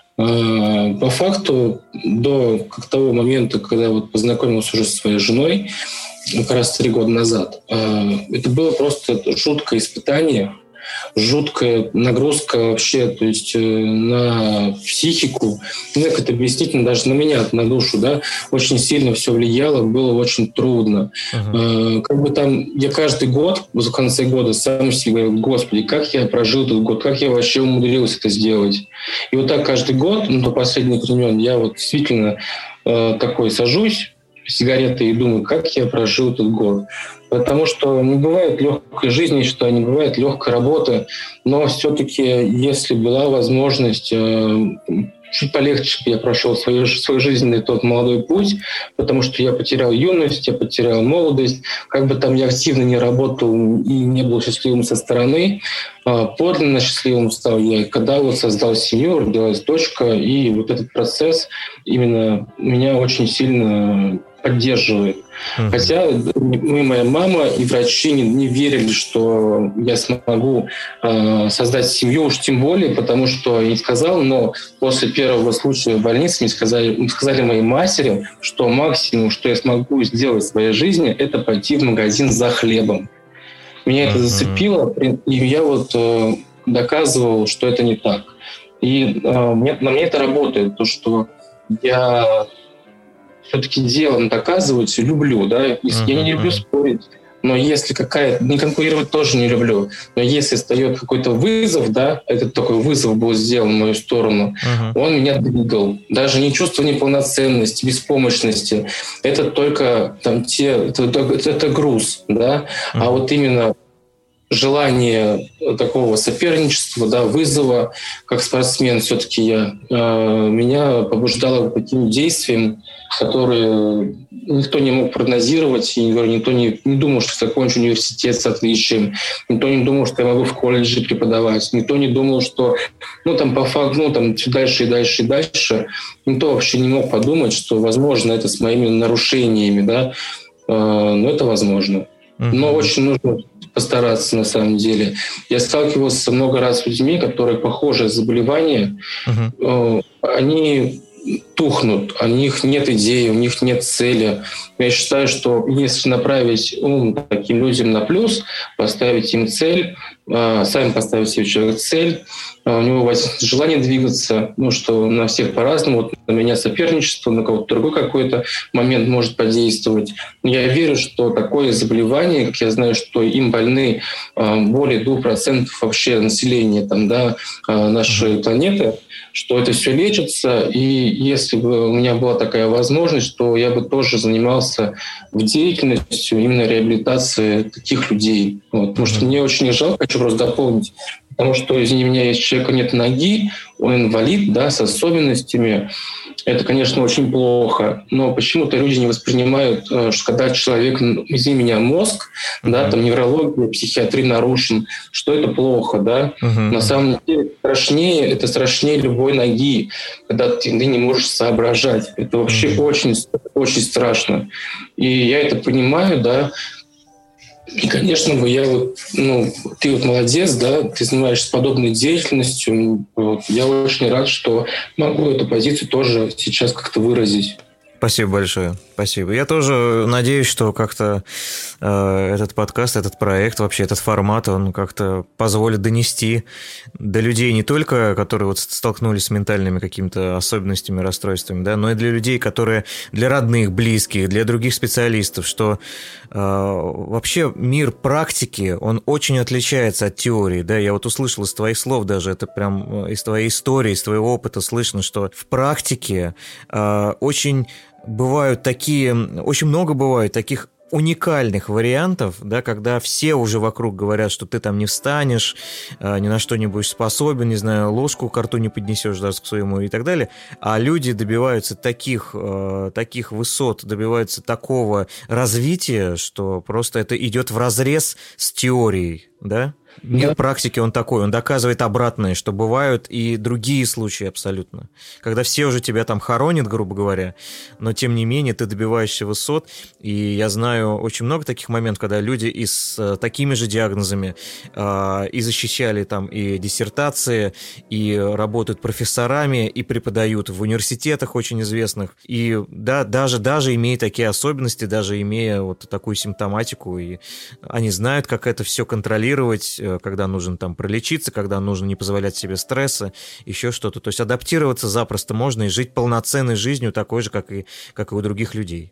По факту, до того момента, когда вот познакомился уже со своей женой, как раз три года назад, это было просто жуткое испытание, жуткая нагрузка вообще, то есть на психику, ну, как это объяснить, даже на меня, на душу, да, очень сильно все влияло, было очень трудно. Uh-huh. Как бы там я каждый год, в конце года сам себе говорил: Господи, как я прожил этот год, как я вообще умудрился это сделать. И вот так каждый год, ну, до последних времен, я вот действительно такой сажусь, сигареты и думаю, как я прожил этот год. Потому что не бывает легкой жизни, что не бывает легкой работы, но все-таки, если была возможность чуть полегче я прошел свой, свой жизненный тот молодой путь, потому что я потерял юность, я потерял молодость. Как бы там я активно не работал и не был счастливым со стороны, подлинно счастливым стал я, когда вот создал семью, родилась дочка, и вот этот процесс именно меня очень сильно поддерживает. Mm-hmm. Хотя мы, моя мама и врачи не, не верили, что я смогу э, создать семью, уж тем более, потому что я не сказал, но после первого случая в больнице мне сказали, мне сказали моей матери, что максимум, что я смогу сделать в своей жизни, это пойти в магазин за хлебом. Меня mm-hmm. это зацепило, и я вот э, доказывал, что это не так. И э, мне, на мне это работает, то, что я все-таки делом доказывать люблю, да. Uh-huh, я не люблю uh-huh. спорить, но если какая-то... Не конкурировать тоже не люблю. Но если встает какой-то вызов, да, этот такой вызов был сделан в мою сторону, uh-huh. он меня двигал. Даже не чувство неполноценности, беспомощности. Это только там те... Это, это, это груз, да. Uh-huh. А вот именно желание такого соперничества, да, вызова, как спортсмен все-таки я, э, меня побуждало к таким действиям, которые никто не мог прогнозировать, и никто не, не думал, что закончу университет с отличием, никто не думал, что я могу в колледже преподавать, никто не думал, что ну там по факту, ну там дальше и дальше и дальше, никто вообще не мог подумать, что возможно это с моими нарушениями, да, э, но это возможно. Но очень нужно постараться на самом деле. Я сталкивался много раз с людьми, которые похожие заболевания, uh-huh. э, они тухнут, у них нет идеи, у них нет цели. Я считаю, что если направить ум таким людям на плюс, поставить им цель, э, сами поставить себе человек цель, э, у него возникнет желание двигаться, ну, что на всех по-разному. Вот на меня соперничество, на кого-то другой какой-то момент может подействовать. Я верю, что такое заболевание, как я знаю, что им больны э, более двух процентов вообще населения там, да, э, нашей планеты, что это все лечится, и если бы у меня была такая возможность, то я бы тоже занимался в деятельностью именно реабилитации таких людей. Вот. Потому что мне очень жалко, хочу просто дополнить, потому что, извини меня, если у человека нет ноги, он инвалид, да, с особенностями, это, конечно, очень плохо, но почему-то люди не воспринимают, что когда человек, извини меня, мозг, uh-huh. да, там неврология, психиатрия нарушен, что это плохо, да. Uh-huh. На самом деле страшнее, это страшнее любой ноги, когда ты, ты не можешь соображать. Это вообще uh-huh. очень, очень страшно. И я это понимаю, да. И, конечно, бы я вот, ну, ты вот молодец, да, ты занимаешься подобной деятельностью. Вот. Я очень рад, что могу эту позицию тоже сейчас как-то выразить. Спасибо большое. Спасибо. Я тоже надеюсь, что как-то э, этот подкаст, этот проект, вообще этот формат, он как-то позволит донести до людей не только, которые вот столкнулись с ментальными какими-то особенностями, расстройствами, да, но и для людей, которые, для родных, близких, для других специалистов, что э, вообще мир практики, он очень отличается от теории, да. Я вот услышал из твоих слов даже, это прям из твоей истории, из твоего опыта слышно, что в практике э, очень бывают такие, очень много бывает таких уникальных вариантов, да, когда все уже вокруг говорят, что ты там не встанешь, ни на что не будешь способен, не знаю, ложку к рту не поднесешь даже к своему и так далее, а люди добиваются таких, таких высот, добиваются такого развития, что просто это идет вразрез с теорией, да? Мир практики, он такой, он доказывает обратное, что бывают и другие случаи абсолютно. Когда все уже тебя там хоронят, грубо говоря, но тем не менее ты добиваешься высот. И я знаю очень много таких моментов, когда люди и с такими же диагнозами э, и защищали там и диссертации, и работают профессорами, и преподают в университетах очень известных. И да, даже, даже имея такие особенности, даже имея вот такую симптоматику, и они знают, как это все контролировать, когда нужно там пролечиться, когда нужно не позволять себе стресса, еще что-то. То есть адаптироваться запросто можно и жить полноценной жизнью, такой же, как и, как и у других людей.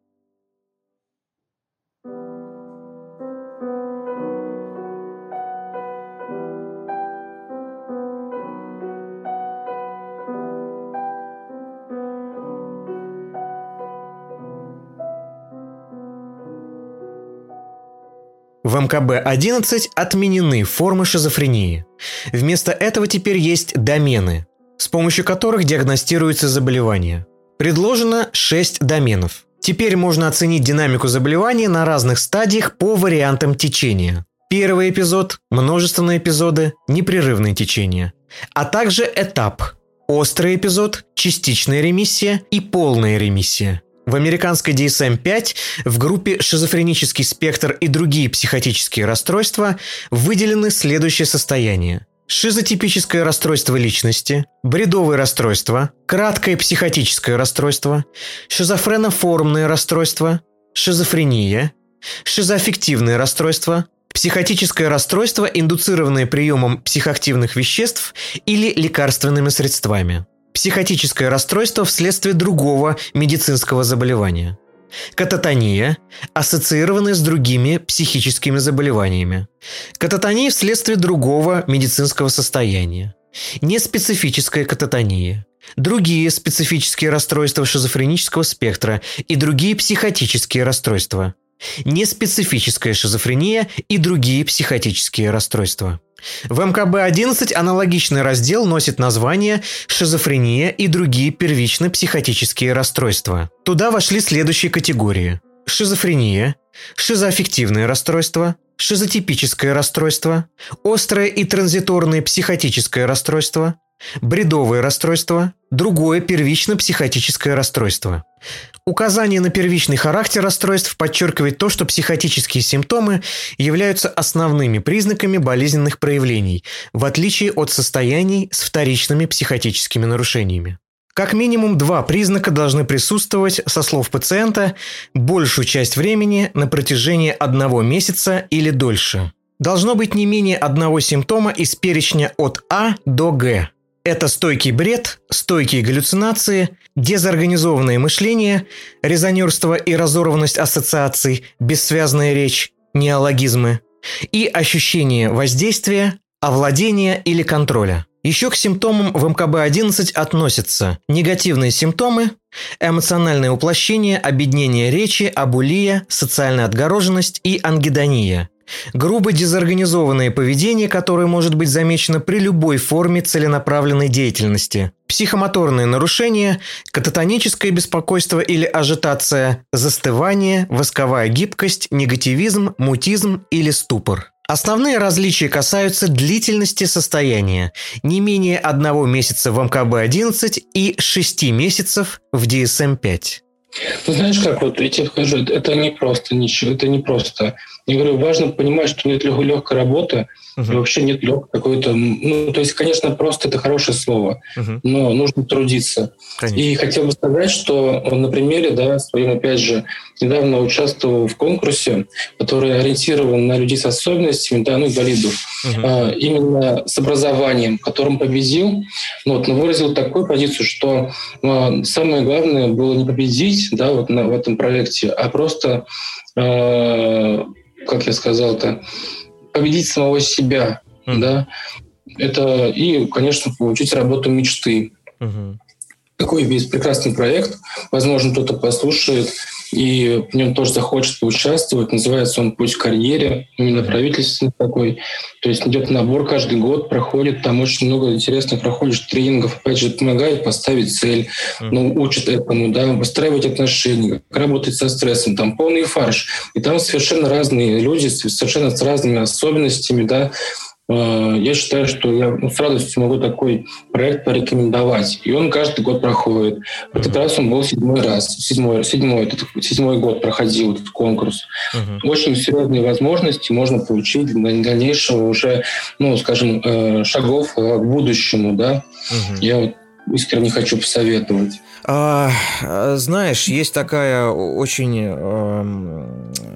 В эм ка бэ одиннадцать отменены формы шизофрении. Вместо этого теперь есть домены. с помощью которых диагностируется заболевание. Предложено шесть доменов. Теперь можно оценить динамику заболевания на разных стадиях по вариантам течения. Первый эпизод, множественные эпизоды, непрерывное течение, а также этап. Острый эпизод, частичная ремиссия и полная ремиссия. В американской ди эс эм пять в группе «Шизофренический спектр и другие психотические расстройства» выделены следующие состояния. Шизотипическое расстройство личности, бредовые расстройства, краткое психотическое расстройство, шизофреноформное расстройство, шизофрения, шизоаффективное расстройство, психотическое расстройство, индуцированное приемом психоактивных веществ или лекарственными средствами, психотическое расстройство вследствие другого медицинского заболевания, кататония, ассоциированная с другими психическими заболеваниями, кататония вследствие другого медицинского состояния, неспецифическая кататония, другие специфические расстройства шизофренического спектра и другие психотические расстройства, неспецифическая шизофрения и другие психотические расстройства. В эм ка бэ одиннадцать аналогичный раздел носит название «Шизофрения и другие первично-психотические расстройства». Туда вошли следующие категории: шизофрения, шизоаффективное расстройство, шизотипическое расстройство, острое и транзиторное психотическое расстройство, бредовое расстройство, другое первично-психотическое расстройство. Указание на первичный характер расстройств подчеркивает то, что психотические симптомы являются основными признаками болезненных проявлений, в отличие от состояний с вторичными психотическими нарушениями. Как минимум два признака должны присутствовать, со слов пациента, большую часть времени на протяжении одного месяца или дольше. Должно быть не менее одного симптома из перечня от А до Г. Это стойкий бред, стойкие галлюцинации, дезорганизованное мышление, резонерство и разорванность ассоциаций, бессвязная речь, неологизмы и ощущение воздействия, овладения или контроля. Еще к симптомам в эм ка бэ одиннадцать относятся негативные симптомы, эмоциональное уплощение, обеднение речи, абулия, социальная отгороженность и ангидония. Грубо дезорганизованное поведение, которое может быть замечено при любой форме целенаправленной деятельности. Психомоторные нарушения, кататоническое беспокойство или ажитация, застывание, восковая гибкость, негативизм, мутизм или ступор. Основные различия касаются длительности состояния – не менее одного месяца в эм ка бэ одиннадцать и шести месяцев в ди эс эм пять. Ну, знаешь, как вот я тебе скажу, это не просто ничего, это не просто. Я говорю, важно понимать, что нет легкой работы, uh-huh. и вообще нет легкой какой-то... Ну, то есть, конечно, просто это хорошее слово, uh-huh. но нужно трудиться. Конечно. И хотел бы сказать, что на примере, да, своем, опять же, недавно участвовал в конкурсе, который ориентирован на людей с особенностями, да, ну, инвалидов, uh-huh. а, именно с образованием, которым победил, ну, вот, но выразил такую позицию, что а, самое главное было не победить, да, вот на, в этом проекте, а просто... А, как я сказал-то, победить самого себя, mm-hmm. да, это и, конечно, получить работу мечты. Mm-hmm. Такой весь прекрасный проект, возможно, кто-то послушает и в нем тоже захочет поучаствовать. Называется он «Путь к карьере», именно правительственный такой. То есть идет набор каждый год, проходит, там очень много интересных проходит тренингов, опять же, помогает поставить цель, ну, учат этому, да, выстраивать отношения, как работать со стрессом, там полный фарш. И там совершенно разные люди, совершенно с разными особенностями, да. Я считаю, что я ну, с радостью могу такой проект порекомендовать. И он каждый год проходит. В этот раз он был седьмой раз. Седьмой, седьмой, этот, седьмой год проходил этот конкурс. Uh-huh. Очень серьезные возможности можно получить для дальнейшего уже, ну, скажем, шагов к будущему. Да? Uh-huh. Я вот искренне хочу посоветовать. А, знаешь, есть такая очень...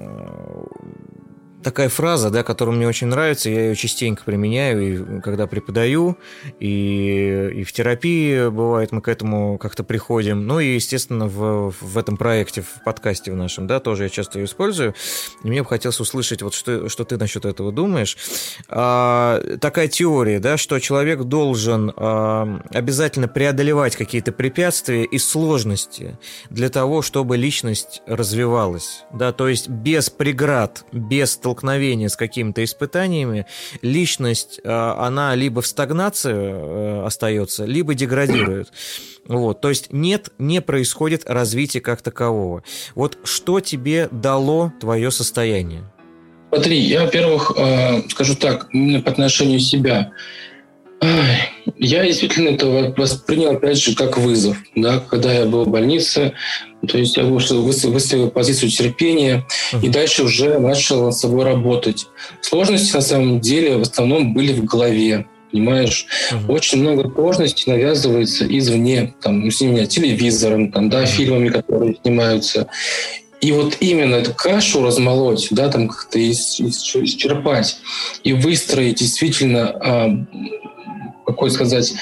Такая фраза, да, которая мне очень нравится, я ее частенько применяю, и когда преподаю, и, и в терапии, бывает, мы к этому как-то приходим. Ну и, естественно, в, в этом проекте, в подкасте в нашем, да, тоже я часто ее использую. И мне бы хотелось услышать, вот что, что ты насчет этого думаешь. А, такая теория, да, что человек должен а, обязательно преодолевать какие-то препятствия и сложности для того, чтобы личность развивалась. Да, то есть без преград, без столкновения с какими-то испытаниями личность, она либо в стагнации остается, либо деградирует. Вот, то есть нет, не происходит развития как такового. Вот что тебе дало твое состояние? Смотри, я, во-первых, скажу так, именно по отношению себя. Я действительно это воспринял, опять же, как вызов. Да? Когда я был в больнице, то есть я выставил позицию терпения и дальше уже начал над собой работать. Сложности, на самом деле, в основном были в голове. Понимаешь, uh-huh. очень много сложностей навязывается извне, там, ну, с меня, телевизором, там, да, uh-huh. фильмами, которые снимаются. И вот именно эту кашу размолоть, да, там как-то исчерпать и выстроить действительно, э, какое сказать,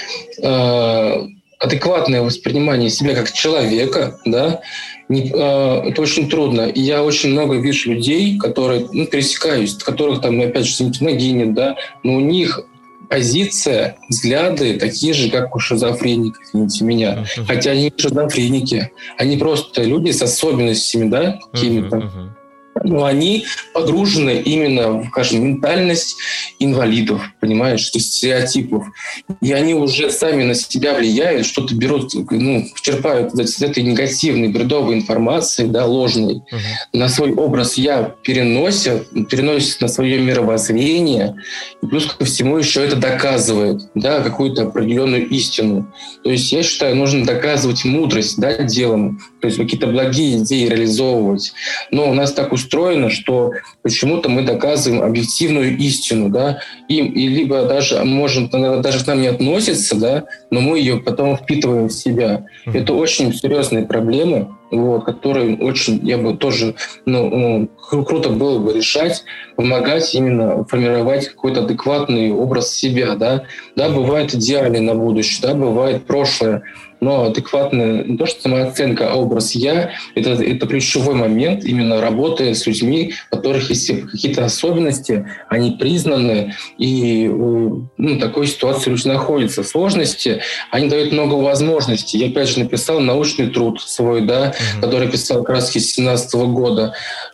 э, адекватное воспринимание себя как человека, да, не, э, это очень трудно. И я очень много вижу людей, которые, ну, пересекаюсь, которых там, опять же, ноги нет, да, но у них позиция, взгляды такие же, как у шизофреников, извините меня. Uh-huh. Хотя они не шизофреники. Они просто люди с особенностями, да, какими-то. Uh-huh, uh-huh. Но они погружены именно в, скажем, ментальность инвалидов, понимаешь, то есть стереотипов. И они уже сами на себя влияют, что-то берут, ну, черпают из этой негативной, бредовой информации, да, ложной, uh-huh. на свой образ «я» переносят, переносят на свое мировоззрение, и плюс ко всему еще это доказывает, да, какую-то определенную истину. То есть я считаю, нужно доказывать мудрость, да, делом, то есть какие-то благие идеи реализовывать. Но у нас так устроено, что почему-то мы доказываем объективную истину, да, и, и либо даже, может, она даже к нам не относится, да, но мы ее потом впитываем в себя. Mm-hmm. Это очень серьезные проблемы, вот, которые очень, я бы тоже, ну, круто было бы решать, помогать именно формировать какой-то адекватный образ себя, да. Да, бывает идеальный на будущее, да, бывает прошлое, но адекватная, не то что самооценка, а образ «я» — это, это ключевой момент именно работы с людьми, у которых есть какие-то особенности, они признаны, и ну, такой ситуации люди находятся. Сложности, они дают много возможностей. Я опять же написал научный труд свой, да, mm-hmm. который писал как раз с семнадцатого года.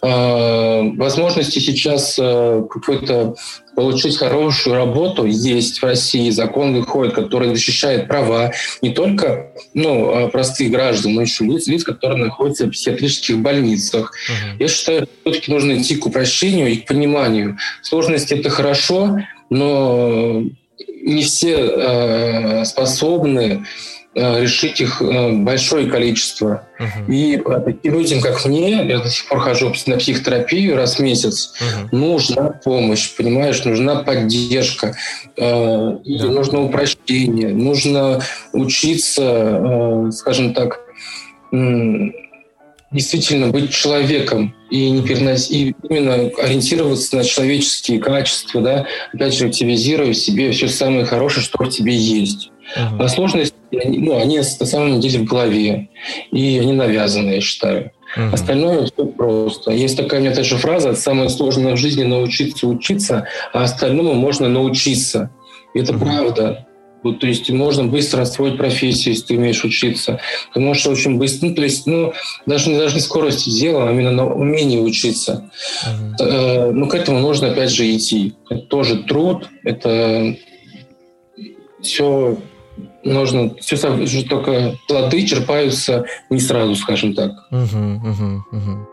Возможности сейчас какой-то получить хорошую работу есть в России. Закон выходит, который защищает права не только, ну, простых граждан, но еще лиц, лиц, которые находятся в психиатрических больницах. Uh-huh. Я считаю, все-таки нужно идти к упрощению и к пониманию. Сложности — это хорошо, но не все э, способны решить их большое количество. Uh-huh. И таким людям, как мне, я до сих пор хожу на психотерапию раз в месяц, uh-huh. нужна помощь, понимаешь, нужна поддержка, э, uh-huh. нужно упрощение, нужно учиться, э, скажем так, э, действительно быть человеком и не переносить, и именно ориентироваться на человеческие качества, да, опять же, активизируя в себе все самое хорошее, что в тебе есть. Uh-huh. А сложности, ну, они на самом деле в голове, и они навязаны, я считаю. Uh-huh. Остальное все просто. Есть такая у меня тоже фраза: самое сложное в жизни — научиться учиться, а остальному можно научиться. И это uh-huh. правда. Вот, то есть можно быстро освоить профессию, если ты умеешь учиться. Ты можешь очень быстро, ну, то есть, ну, даже не даже не скорости дела, а именно на умении учиться. Uh-huh. Э, ну, к этому нужно опять же идти. Это тоже труд, это все нужно, все только плоды черпаются не сразу, скажем так. Uh-huh, uh-huh, uh-huh.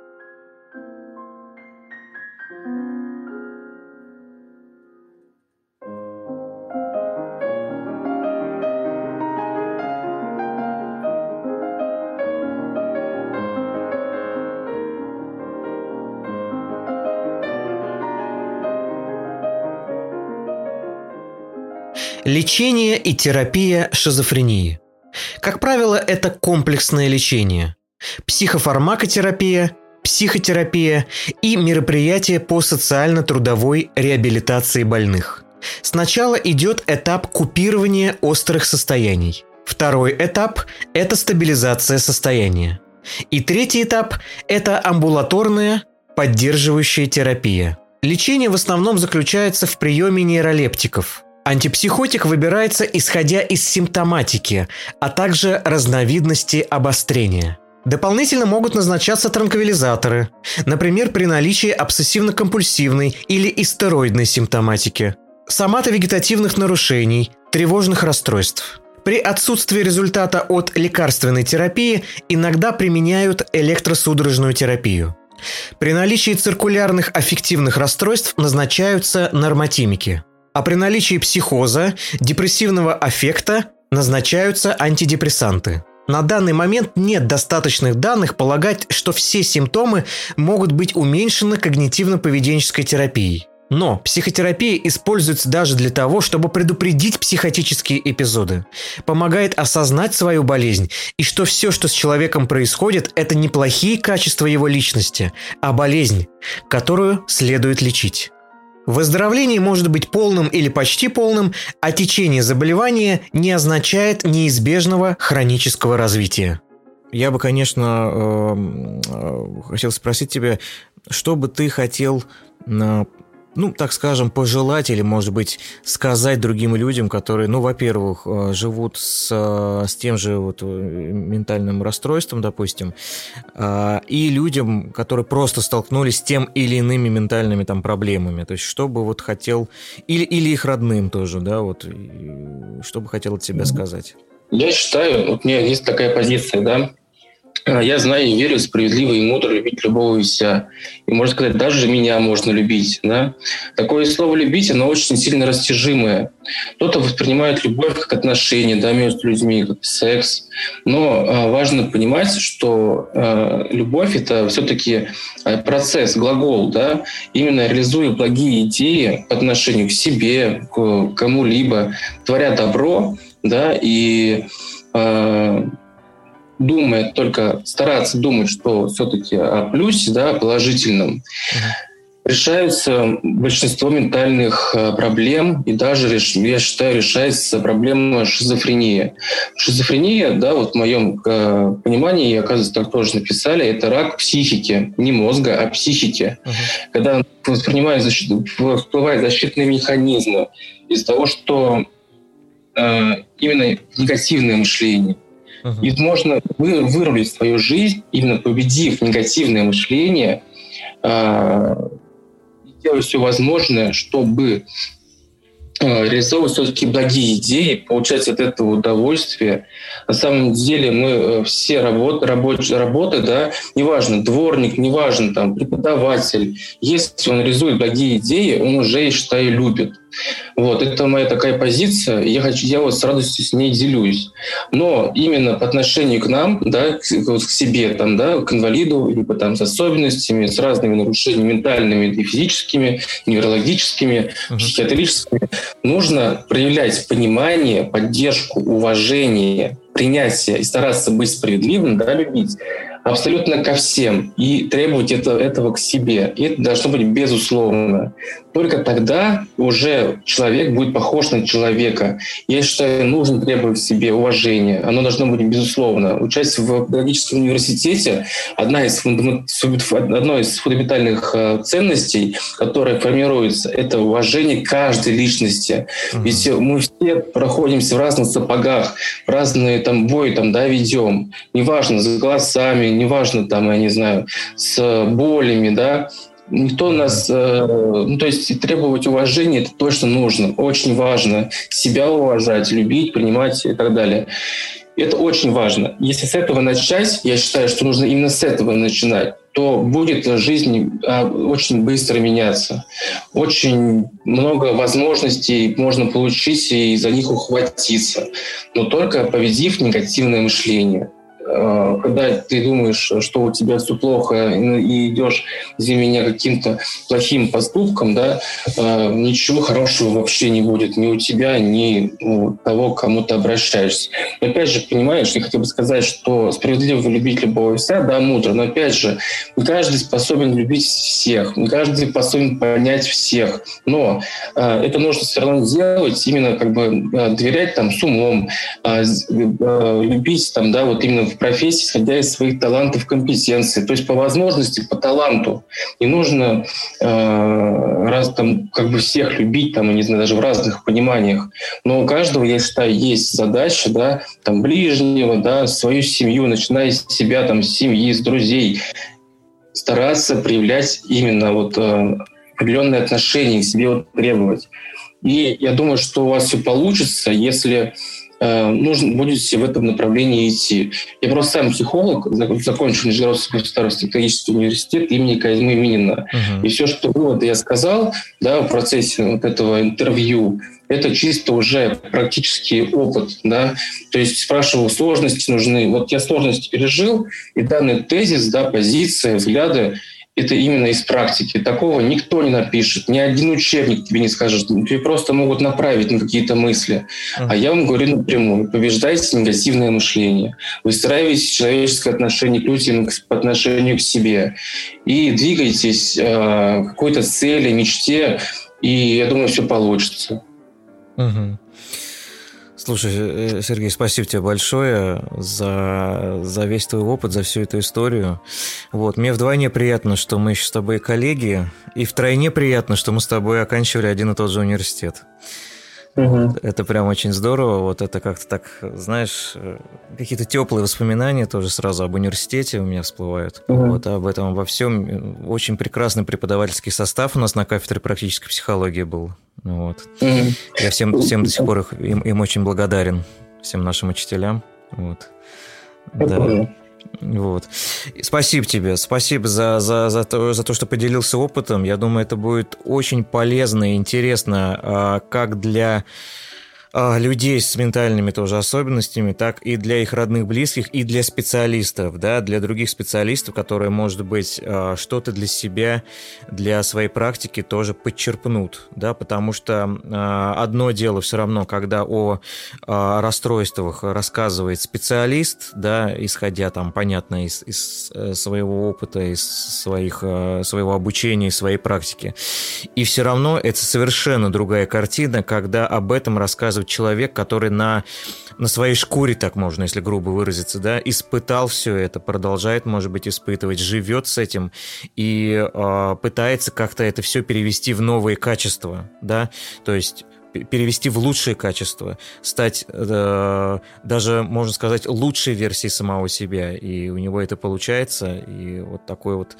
Лечение и терапия шизофрении. Как правило, это комплексное лечение. Психофармакотерапия, психотерапия и мероприятия по социально-трудовой реабилитации больных. Сначала идет этап купирования острых состояний. Второй этап – это стабилизация состояния. И третий этап – это амбулаторная поддерживающая терапия. Лечение в основном заключается в приеме нейролептиков. Антипсихотик выбирается исходя из симптоматики, а также разновидности обострения. Дополнительно могут назначаться транквилизаторы, например, при наличии обсессивно-компульсивной или истероидной симптоматики, соматовегетативных нарушений, тревожных расстройств. При отсутствии результата от лекарственной терапии иногда применяют электросудорожную терапию. При наличии циркулярных аффективных расстройств назначаются нормотимики. А при наличии психоза, депрессивного аффекта назначаются антидепрессанты. На данный момент нет достаточных данных полагать, что все симптомы могут быть уменьшены когнитивно-поведенческой терапией. Но психотерапия используется даже для того, чтобы предупредить психотические эпизоды, помогает осознать свою болезнь и что все, что с человеком происходит, это не плохие качества его личности, а болезнь, которую следует лечить. Выздоровление может быть полным или почти полным, а течение заболевания не означает неизбежного хронического развития. Я бы, конечно, хотел спросить тебя, что бы ты хотел, ну, так скажем, пожелать или, может быть, сказать другим людям, которые, ну, во-первых, живут с, с тем же вот ментальным расстройством, допустим, и людям, которые просто столкнулись с тем или иными ментальными там проблемами. То есть, что бы вот хотел, или, или их родным тоже, да, вот, что бы хотел от себя сказать? Я считаю, вот у меня есть такая позиция, да, я знаю и верю, справедливо и мудро любить любого и вся. И, можно сказать, даже меня можно любить. Да? Такое слово «любить», оно очень сильно растяжимое. Кто-то воспринимает любовь как отношение, да, между людьми, как секс. Но а, важно понимать, что а, любовь — это все-таки процесс, глагол. Да? Именно реализуя благие идеи по отношению к себе, к кому-либо, творя добро, да, и... А, думая, только стараться думать, что все-таки о плюсе, да, положительном, uh-huh. решаются большинство ментальных проблем, и даже, я считаю, решается проблема шизофрении. Шизофрения, да, вот в моем э, понимании, оказывается, так тоже написали, это рак психики, не мозга, а психики. Uh-huh. Когда воспринимают защит, всплывают защитные механизмы из-за того, что э, именно негативное мышление. Uh-huh. И можно вы, вырулить свою жизнь, именно победив негативное мышление, э, и делать все возможное, чтобы э, реализовывать все-таки благие идеи, получать от этого удовольствие. На самом деле мы э, все работы, рабочие работы, да, неважно, дворник, неважно, там, преподаватель, если он реализует благие идеи, он уже, я считаю, любит. Вот, это моя такая позиция, я, хочу, я вот с радостью с ней делюсь. Но именно по отношению к нам, да, к, к себе, там, да, к инвалиду, либо там, с особенностями, с разными нарушениями ментальными и физическими, неврологическими, uh-huh. психиатрическими, нужно проявлять понимание, поддержку, уважение, принятие и стараться быть справедливым, да, любить абсолютно ко всем и требовать это, этого к себе. И это должно быть безусловно. Только тогда уже человек будет похож на человека. Я считаю, нужно требовать в себе уважения. Оно должно быть безусловно. Учась в педагогическом университете, одна из фундамент... одно из фундаментальных ценностей, которая формируется, это уважение каждой личности. Uh-huh. Ведь мы все проходимся в разных сапогах, в разные там бои там, да, ведем. Неважно, с голосами, неважно, там, я не знаю, с болями, да, никто нас, э, ну, то есть требовать уважения, это точно нужно, очень важно себя уважать, любить, принимать и так далее. Это очень важно. Если с этого начать, я считаю, что нужно именно с этого начинать, то будет жизнь э, очень быстро меняться. Очень много возможностей можно получить и за них ухватиться, но только победив негативное мышление. Когда ты думаешь, что у тебя все плохо, и идешь, извини меня, каким-то плохим поступком, да, ничего хорошего вообще не будет ни у тебя, ни у того, к кому ты обращаешься. Но опять же, понимаешь, я хотел бы сказать, что справедливо любить любого и вся, да, мудро, но опять же, не каждый способен любить всех, не каждый способен понять всех, но э, это нужно все равно делать, именно как бы э, доверять там с умом, э, э, любить там, да, вот именно в профессии, исходя из своих талантов, компетенций. То есть по возможности, по таланту. Не нужно э, раз, там, как бы всех любить, там, не знаю, даже в разных пониманиях. Но у каждого, я считаю, есть задача, да, там, ближнего, да, свою семью, начиная с себя, там, с семьи, с друзей, стараться проявлять именно вот э, определенные отношения к себе, вот, требовать. И я думаю, что у вас все получится, если э, нужно будете в этом направлении идти. Я просто сам психолог, закончил Нижегородский государственный стратегический университет имени Козьмы Минина. Uh-huh. И все, что вот я сказал, да, в процессе вот этого интервью, это чисто уже практический опыт, да. То есть спрашивал, сложности нужны. Вот я сложности пережил, и данный тезис, да, позиция, взгляды, это именно из практики. Такого никто не напишет, ни один учебник тебе не скажет. Тебе просто могут направить на какие-то мысли. Uh-huh. А я вам говорю напрямую. Побеждайте негативное мышление. Выстраивайте человеческое отношение к людям по отношению к себе. И двигайтесь э, к какой-то цели, мечте. И я думаю, все получится. Угу. Слушай, Сергей, спасибо тебе большое за, за весь твой опыт, за всю эту историю. Вот. Мне вдвойне приятно, что мы еще с тобой коллеги, и втройне приятно, что мы с тобой оканчивали один и тот же университет. Угу. Это прям очень здорово. Вот это как-то так, знаешь, какие-то теплые воспоминания тоже сразу об университете у меня всплывают. Угу. Вот об этом, обо всем. Очень прекрасный преподавательский состав у нас на кафедре практической психологии был. Вот. Угу. Я всем, всем до сих пор им, им очень благодарен, всем нашим учителям. Вот. Да. Вот. Спасибо тебе, спасибо за, за, за, то, за то, что поделился опытом. Я думаю, это будет очень полезно и интересно как для людей с ментальными тоже особенностями, так и для их родных, близких, и для специалистов, да, для других специалистов, которые, может быть, что-то для себя, для своей практики тоже подчерпнут, да, потому что одно дело все равно, когда о расстройствах рассказывает специалист, да, исходя там, понятно, из, из своего опыта, из своих, своего обучения, из своей практики, и все равно это совершенно другая картина, когда об этом рассказывает человек, который на, на своей шкуре, так можно, если грубо выразиться, да, испытал все это, продолжает, может быть, испытывать, живет с этим и э, пытается как-то это все перевести в новые качества, да, то есть перевести в лучшие качества, стать э, даже, можно сказать, лучшей версией самого себя, и у него это получается, и вот такой вот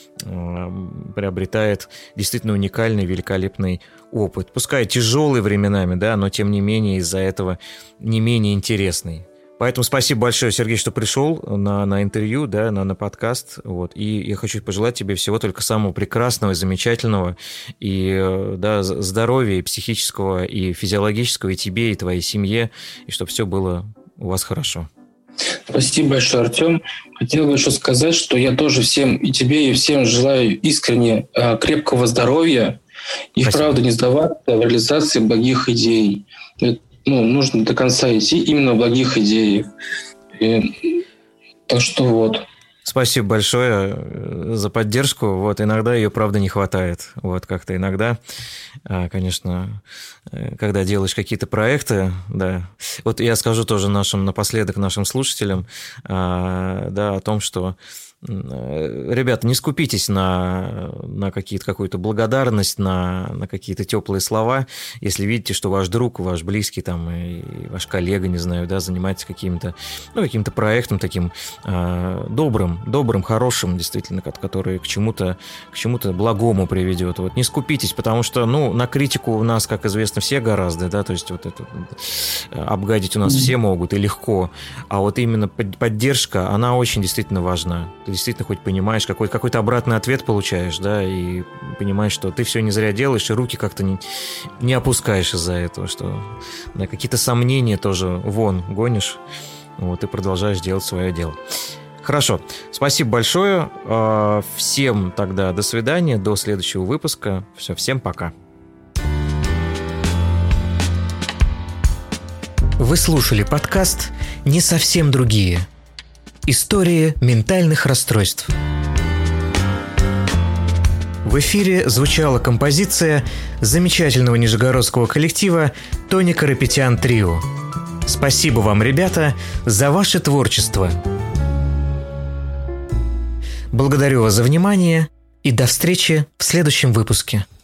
приобретает действительно уникальный, великолепный опыт. Пускай тяжелый временами, да, но тем не менее из-за этого не менее интересный. Поэтому спасибо большое, Сергей, что пришел на, на интервью, да, на, на подкаст. Вот. И я хочу пожелать тебе всего только самого прекрасного и замечательного, и да, здоровья и психического, и физиологического, и тебе, и твоей семье, и чтобы все было у вас хорошо. Спасибо большое, Артем. Хотел бы еще сказать, что я тоже всем, и тебе, и всем желаю искренне э, крепкого здоровья и, Спасибо. Вправду, не сдаваться в реализации благих идей. Ну, нужно до конца идти именно в благих идеях. И, так что вот. Спасибо большое за поддержку. Вот, иногда ее, правда, не хватает. Вот, как-то иногда, конечно, когда делаешь какие-то проекты, да. Вот я скажу тоже нашим, напоследок нашим слушателям, да, о том, что ребята, не скупитесь на, на какие-то, какую-то благодарность, на, на какие-то теплые слова. Если видите, что ваш друг, ваш близкий там, и ваш коллега, не знаю, да, занимается каким-то, ну, каким-то проектом таким э, добрым, добрым, хорошим, действительно, который к чему-то, к чему-то благому приведет. Вот, не скупитесь, потому что, ну, на критику у нас, как известно, все гораздо, да, то есть вот это обгадить у нас mm-hmm. все могут и легко, а вот именно поддержка, она очень действительно важна. Ты действительно хоть понимаешь, какой, какой-то обратный ответ получаешь, да, и понимаешь, что ты все не зря делаешь, и руки как-то не, не опускаешь из-за этого, что да, какие-то сомнения тоже вон гонишь, вот, и продолжаешь делать свое дело. Хорошо, спасибо большое. Всем тогда до свидания, до следующего выпуска. Все, всем пока. Вы слушали подкаст «Не совсем другие». Истории ментальных расстройств. В эфире звучала композиция замечательного нижегородского коллектива «Тони Карапетян Трио». Спасибо вам, ребята, за ваше творчество. Благодарю вас за внимание и до встречи в следующем выпуске.